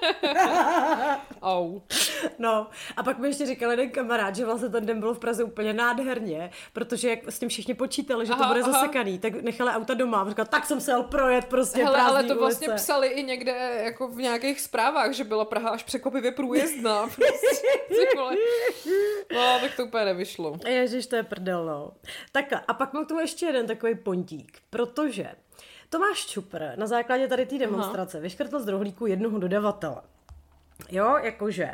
[SPEAKER 1] Au.
[SPEAKER 2] No, a pak mi ještě říkal jeden kamarád, že vlastně ten den bylo v Praze úplně nádherně, protože jak s tím všichni počítali, že aha, to bude aha. zasekaný, tak nechali auta doma a říkal, tak jsem se jel projet prostě
[SPEAKER 1] hele,
[SPEAKER 2] prázdný
[SPEAKER 1] ale to vlastně
[SPEAKER 2] ulice.
[SPEAKER 1] Psali i někde jako v nějakých zprávách, že byla Praha až překvapivě průjezdná. Prostě, no, tak to úplně nevyšlo.
[SPEAKER 2] Ježiš, to je prdel, no. Takhle, a pak mám tu ještě jeden takový pontík, protože Tomáš Čupr na základě tady té demonstrace aha. vyškrtl z rohlíku jednoho dodavatele. Jo, jakože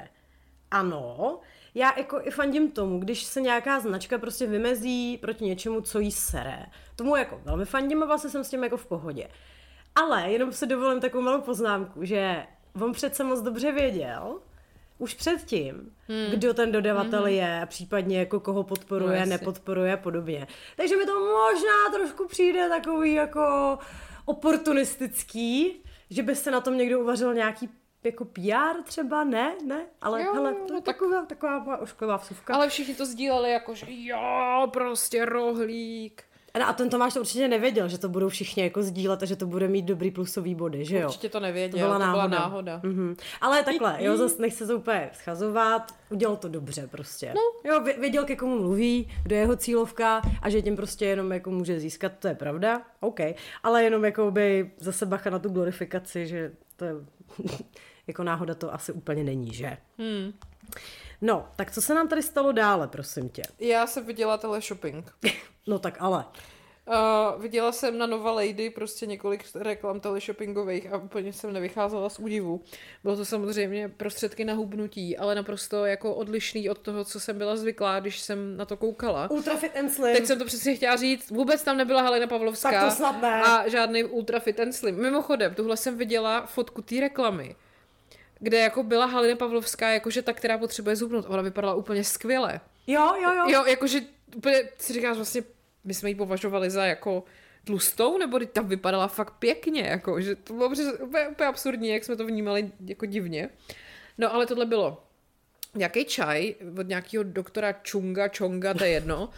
[SPEAKER 2] ano, já jako i fandím tomu, když se nějaká značka prostě vymezí proti něčemu, co jí sere. Tomu jako velmi fandím a vlastně jsem s tím jako v pohodě. Ale jenom si dovolím takovou malou poznámku, že on přece moc dobře věděl, už předtím, hmm. kdo ten dodavatel hmm. je, případně jako koho podporuje, no, nepodporuje a podobně. Takže mi to možná trošku přijde takový jako oportunistický, že by se na tom někdo uvařil nějaký jako P R třeba, ne, ne, ale
[SPEAKER 1] jo,
[SPEAKER 2] hele, to je taková, taková ošklivá vsuvka.
[SPEAKER 1] Ale všichni to sdíleli jako, že jo, prostě rohlík.
[SPEAKER 2] A ten Tomáš to určitě nevěděl, že to budou všichni jako sdílet a že to bude mít dobrý plusový body, že jo?
[SPEAKER 1] Určitě to nevěděl, to byla náhoda. To byla náhoda.
[SPEAKER 2] Mm-hmm. Ale takhle, jo, zase nechce to úplně schazovat, udělal to dobře prostě.
[SPEAKER 1] No.
[SPEAKER 2] Jo, věděl, ke komu mluví, kdo je jeho cílovka a že tím prostě jenom jako může získat, to je pravda, OK, ale jenom jako by zase bacha na tu glorifikaci, že to je, jako náhoda to asi úplně není, že?
[SPEAKER 1] Hmm.
[SPEAKER 2] No, tak co se nám tady stalo dále, prosím tě?
[SPEAKER 1] Já jsem viděla teleshopping.
[SPEAKER 2] No tak ale.
[SPEAKER 1] Uh, viděla jsem na Nova Lady prostě několik reklam teleshoppingových a úplně jsem nevycházela z údivu. Bylo to samozřejmě prostředky na hubnutí, ale naprosto jako odlišný od toho, co jsem byla zvyklá, když jsem na to koukala.
[SPEAKER 2] Ultra Fit and Slim.
[SPEAKER 1] Teď jsem to přesně chtěla říct, vůbec tam nebyla Helena Pavlovská.
[SPEAKER 2] Tak to snad ne.
[SPEAKER 1] A žádný Ultra Fit and Slim. Mimochodem, tuhle jsem viděla fotku té reklamy, kde jako byla Helena Pavlovská, jakože ta, která potřebuje zhubnout. Ona vypadala úplně skvěle.
[SPEAKER 2] Jo, jo, jo.
[SPEAKER 1] Jo, jakože úplně si říkáš vlastně, my jsme ji považovali za jako tlustou, nebo tam vypadala fakt pěkně, jako, že to bylo úplně, úplně absurdní, jak jsme to vnímali jako divně. No ale tohle bylo nějaký čaj od nějakého doktora Čunga, Čonga, to je jedno.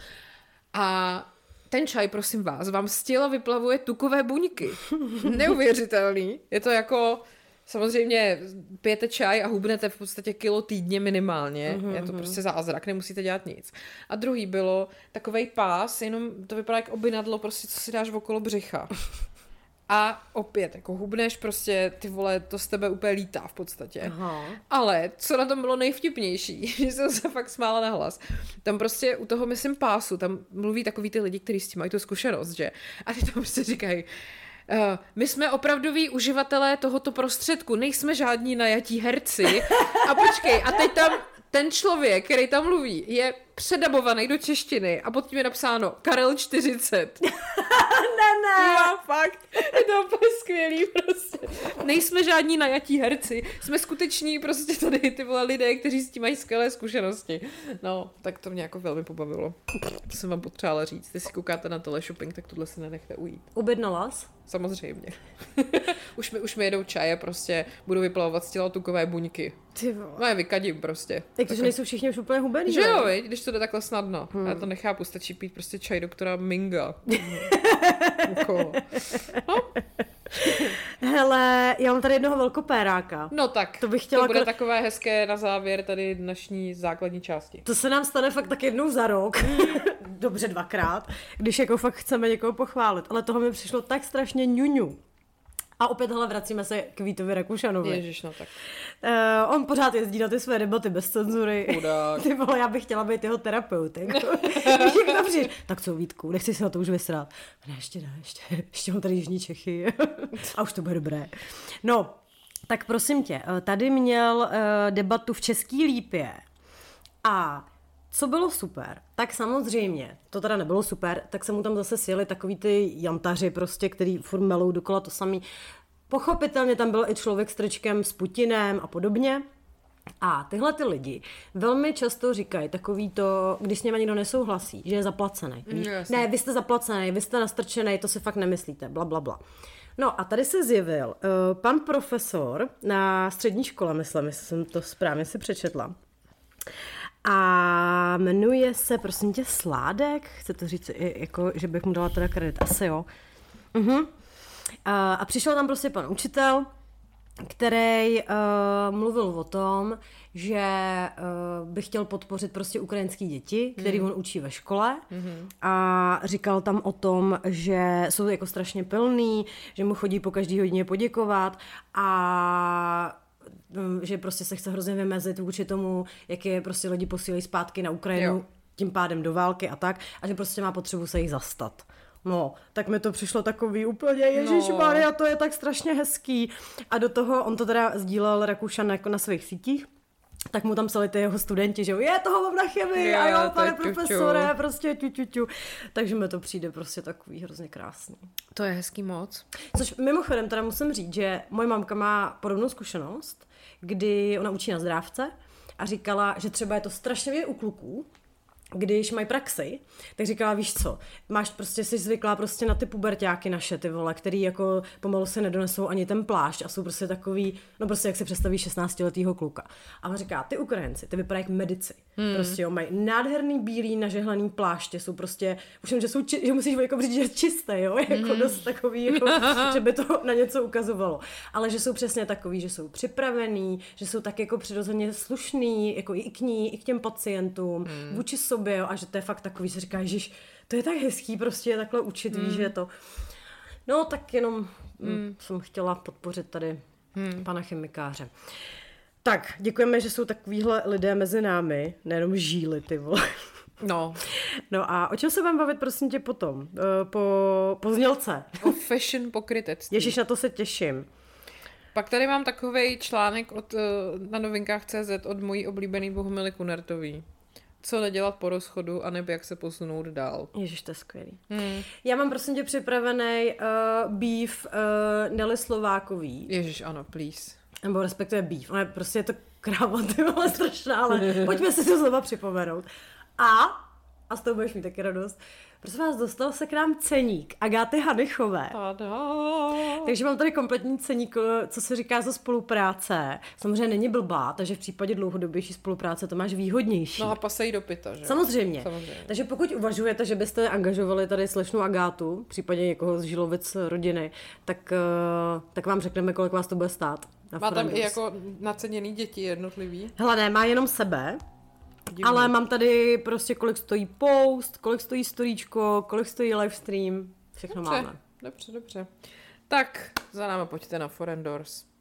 [SPEAKER 1] A ten čaj, prosím vás, vám z těla vyplavuje tukové buňky. Neuvěřitelný. Je to jako... Samozřejmě pijete čaj a hubnete v podstatě kilo týdně minimálně. Mm-hmm. Je to prostě zázrak, nemusíte dělat nic. A druhý bylo takovej pás, jenom to vypadá jak obynadlo, prostě co si dáš okolo břicha. a opět, jako hubneš prostě, ty vole, to z tebe úplně lítá v podstatě.
[SPEAKER 2] Aha.
[SPEAKER 1] Ale co na tom bylo nejvtipnější, že jsem se fakt smála na hlas. Tam prostě u toho, myslím, pásu, tam mluví takový ty lidi, kteří s tím mají tu zkušenost, že? A ty tam prostě říkají, Uh, my jsme opravdoví uživatelé tohoto prostředku, nejsme žádní najatí herci. A počkej, a teď tam ten člověk, který tam mluví, je předabovaný do češtiny a pod tím je napsáno Karel čtyřicet.
[SPEAKER 2] ne, ne.
[SPEAKER 1] Jo, fakt. Je to úplně skvělý prostě. Nejsme žádní najatí herci, jsme skuteční prostě tady ty vole lidé, kteří s tím mají skvělé zkušenosti. No, tak to mě jako velmi pobavilo. To jsem vám potřebovala říct. Ty si koukáte na teleshopping, tak tohle si nenechte ujít.
[SPEAKER 2] Objednala jsi?
[SPEAKER 1] Samozřejmě. už, mi, už mi jedou čaje, prostě budu vyplavovat z těla tukové buňky.
[SPEAKER 2] Ty vole.
[SPEAKER 1] No je vykadím prostě.
[SPEAKER 2] Takže nejsou všichni už úplně hubený.
[SPEAKER 1] Že jo, viď? Když to jde takhle snadno. Hmm. Já to nechápu, stačí pít prostě čaj doktora Minga. no.
[SPEAKER 2] Hele, já mám tady jednoho velkopéráka.
[SPEAKER 1] No tak,
[SPEAKER 2] to, bych chtěla
[SPEAKER 1] to bude
[SPEAKER 2] kl...
[SPEAKER 1] takové hezké na závěr tady naší základní části.
[SPEAKER 2] To se nám stane fakt tak jednou za rok. Dobře dvakrát, když jako fakt chceme někoho pochválit. Ale toho mi přišlo tak strašně ňuňu. A opět, hele, vracíme se k Vítovi Rakušanovi.
[SPEAKER 1] Ježiš, no tak.
[SPEAKER 2] Uh, on pořád jezdí na ty své debaty bez cenzury.
[SPEAKER 1] Chudák.
[SPEAKER 2] Ty vole, já bych chtěla být jeho terapeut. Jako. Víš, jak to přijdeš? Tak co, Vítku, nechci se na to už vysrát. Ne, ještě ne, ještě, ještě mám tady Jižní Čechy. A už to bude dobré. No, tak prosím tě, tady měl uh, debatu v Český Lípě. A co bylo super, tak samozřejmě, to teda nebylo super, tak se mu tam zase sjeli takový ty jantaři prostě, který furt melou dokola to samý. Pochopitelně tam byl i člověk s tričkem s Putinem a podobně. A tyhle ty lidi velmi často říkají takový to, když s něma někdo nesouhlasí, že je zaplacený.
[SPEAKER 1] Mm,
[SPEAKER 2] ne, vy jste zaplacený, vy jste nastrčený, to si fakt nemyslíte, bla, bla, bla. No a tady se zjevil uh, pan profesor na střední škole, myslím, jestli jsem to správně si přečetla. A jmenuje se, prosím tě, Sládek? Chce to říct, jako, že bych mu dala teda kredit? Asi jo. Uh-huh. A, a přišel tam prostě pan učitel, který uh, mluvil o tom, že uh, by chtěl podpořit prostě ukrajinský děti, který mm. on učí ve škole mm-hmm. a říkal tam o tom, že jsou jako strašně pilný, že mu chodí po každý hodině poděkovat a že prostě se chce hrozně vymezit vůči tomu, jak je prostě lidi posílají zpátky na Ukrajinu, jo. tím pádem do války a tak, a že prostě má potřebu se jich zastat. No, tak mi to přišlo takový úplně, ježišmarja, to je tak strašně hezký. A do toho, on to teda sdílel Rakušan jako na svých sítích, tak mu tam psali ty jeho studenti, že jo, je, toho mám na chemii, a jo, pane profesore, prostě ťu, ťu, ťu. Takže mi to přijde prostě takový hrozně krásný.
[SPEAKER 1] To je hezký moc.
[SPEAKER 2] Což mimochodem teda musím říct, že moje mamka má podobnou zkušenost, kdy ona učí na zdrávce a říkala, že třeba je to strašně vidět u kluků, když mají praxi, tak říkala, víš co, máš prostě, jsi zvyklá prostě na ty puberťáky naše, ty vole, který jako pomalu se nedonesou ani ten plášť a jsou prostě takový, no prostě jak se představí šestnáctiletýho kluka. A on říká, ty Ukrajinci, ty vypadají jak medici. Hmm. Prostě jo, mají nádherný bílý nažehlený pláště, jsou prostě, už že jsou, či, že musíš jako říct, že je čisté, jo, jako hmm. dost takový, jako, že by to na něco ukazovalo. Ale že jsou přesně takový, že jsou připravený, že jsou tak jako přirozeně slušný, jako i k ní, i k těm pacientům, hmm. vůči sobě, jo, a že to je fakt takový, že říká, ježiš, to je tak hezký prostě takhle učit, hmm. víš, že je to. No, tak jenom hmm. jsem chtěla podpořit tady hmm. pana chemikáře. Tak, děkujeme, že jsou takovýhle lidé mezi námi, nejenom žíly, ty vole.
[SPEAKER 1] No.
[SPEAKER 2] No a o čem se vám bavit, prosím tě, potom? Po, po znělce.
[SPEAKER 1] O fashion pokrytectví.
[SPEAKER 2] Ježiš, na to se těším.
[SPEAKER 1] Pak tady mám takovej článek od, na novinkách tečka cé zet od mojí oblíbený Bohumily Kunertový. Co nedělat po rozchodu, anebo jak se posunout dál.
[SPEAKER 2] Ježiš, to je skvělý. Hmm. Já mám prosím tě připravený uh, beef uh, Nelly Slovákový.
[SPEAKER 1] Ježiš, ano, please.
[SPEAKER 2] Nebo respektive beef. Ona je prostě je to kráva, ty vole, strašná, ale pojďme si to znova připomenout. A, a s tou budeš mít taky radost, prosím vás, dostal se k nám ceník Agáty Hanychové.
[SPEAKER 1] Tada.
[SPEAKER 2] Takže mám tady kompletní ceník, co se říká za spolupráce. Samozřejmě není blbá, takže v případě dlouhodobější spolupráce to máš výhodnější.
[SPEAKER 1] No a pasej do pyta, že?
[SPEAKER 2] Samozřejmě.
[SPEAKER 1] Samozřejmě.
[SPEAKER 2] Takže pokud uvažujete, že byste angažovali tady slečnu Agátu, v případě někoho z Žilovic rodiny, tak, tak vám řekneme, kolik vás to bude stát.
[SPEAKER 1] Má tam i jako naceněný děti jednotlivý?
[SPEAKER 2] Hele, ne, má jenom sebe. Divný. Ale mám tady prostě, kolik stojí post, kolik stojí storíčko, kolik stojí livestream, všechno
[SPEAKER 1] dobře,
[SPEAKER 2] máme.
[SPEAKER 1] Dobře, dobře. Tak, za náma pojďte na Foreign Doors.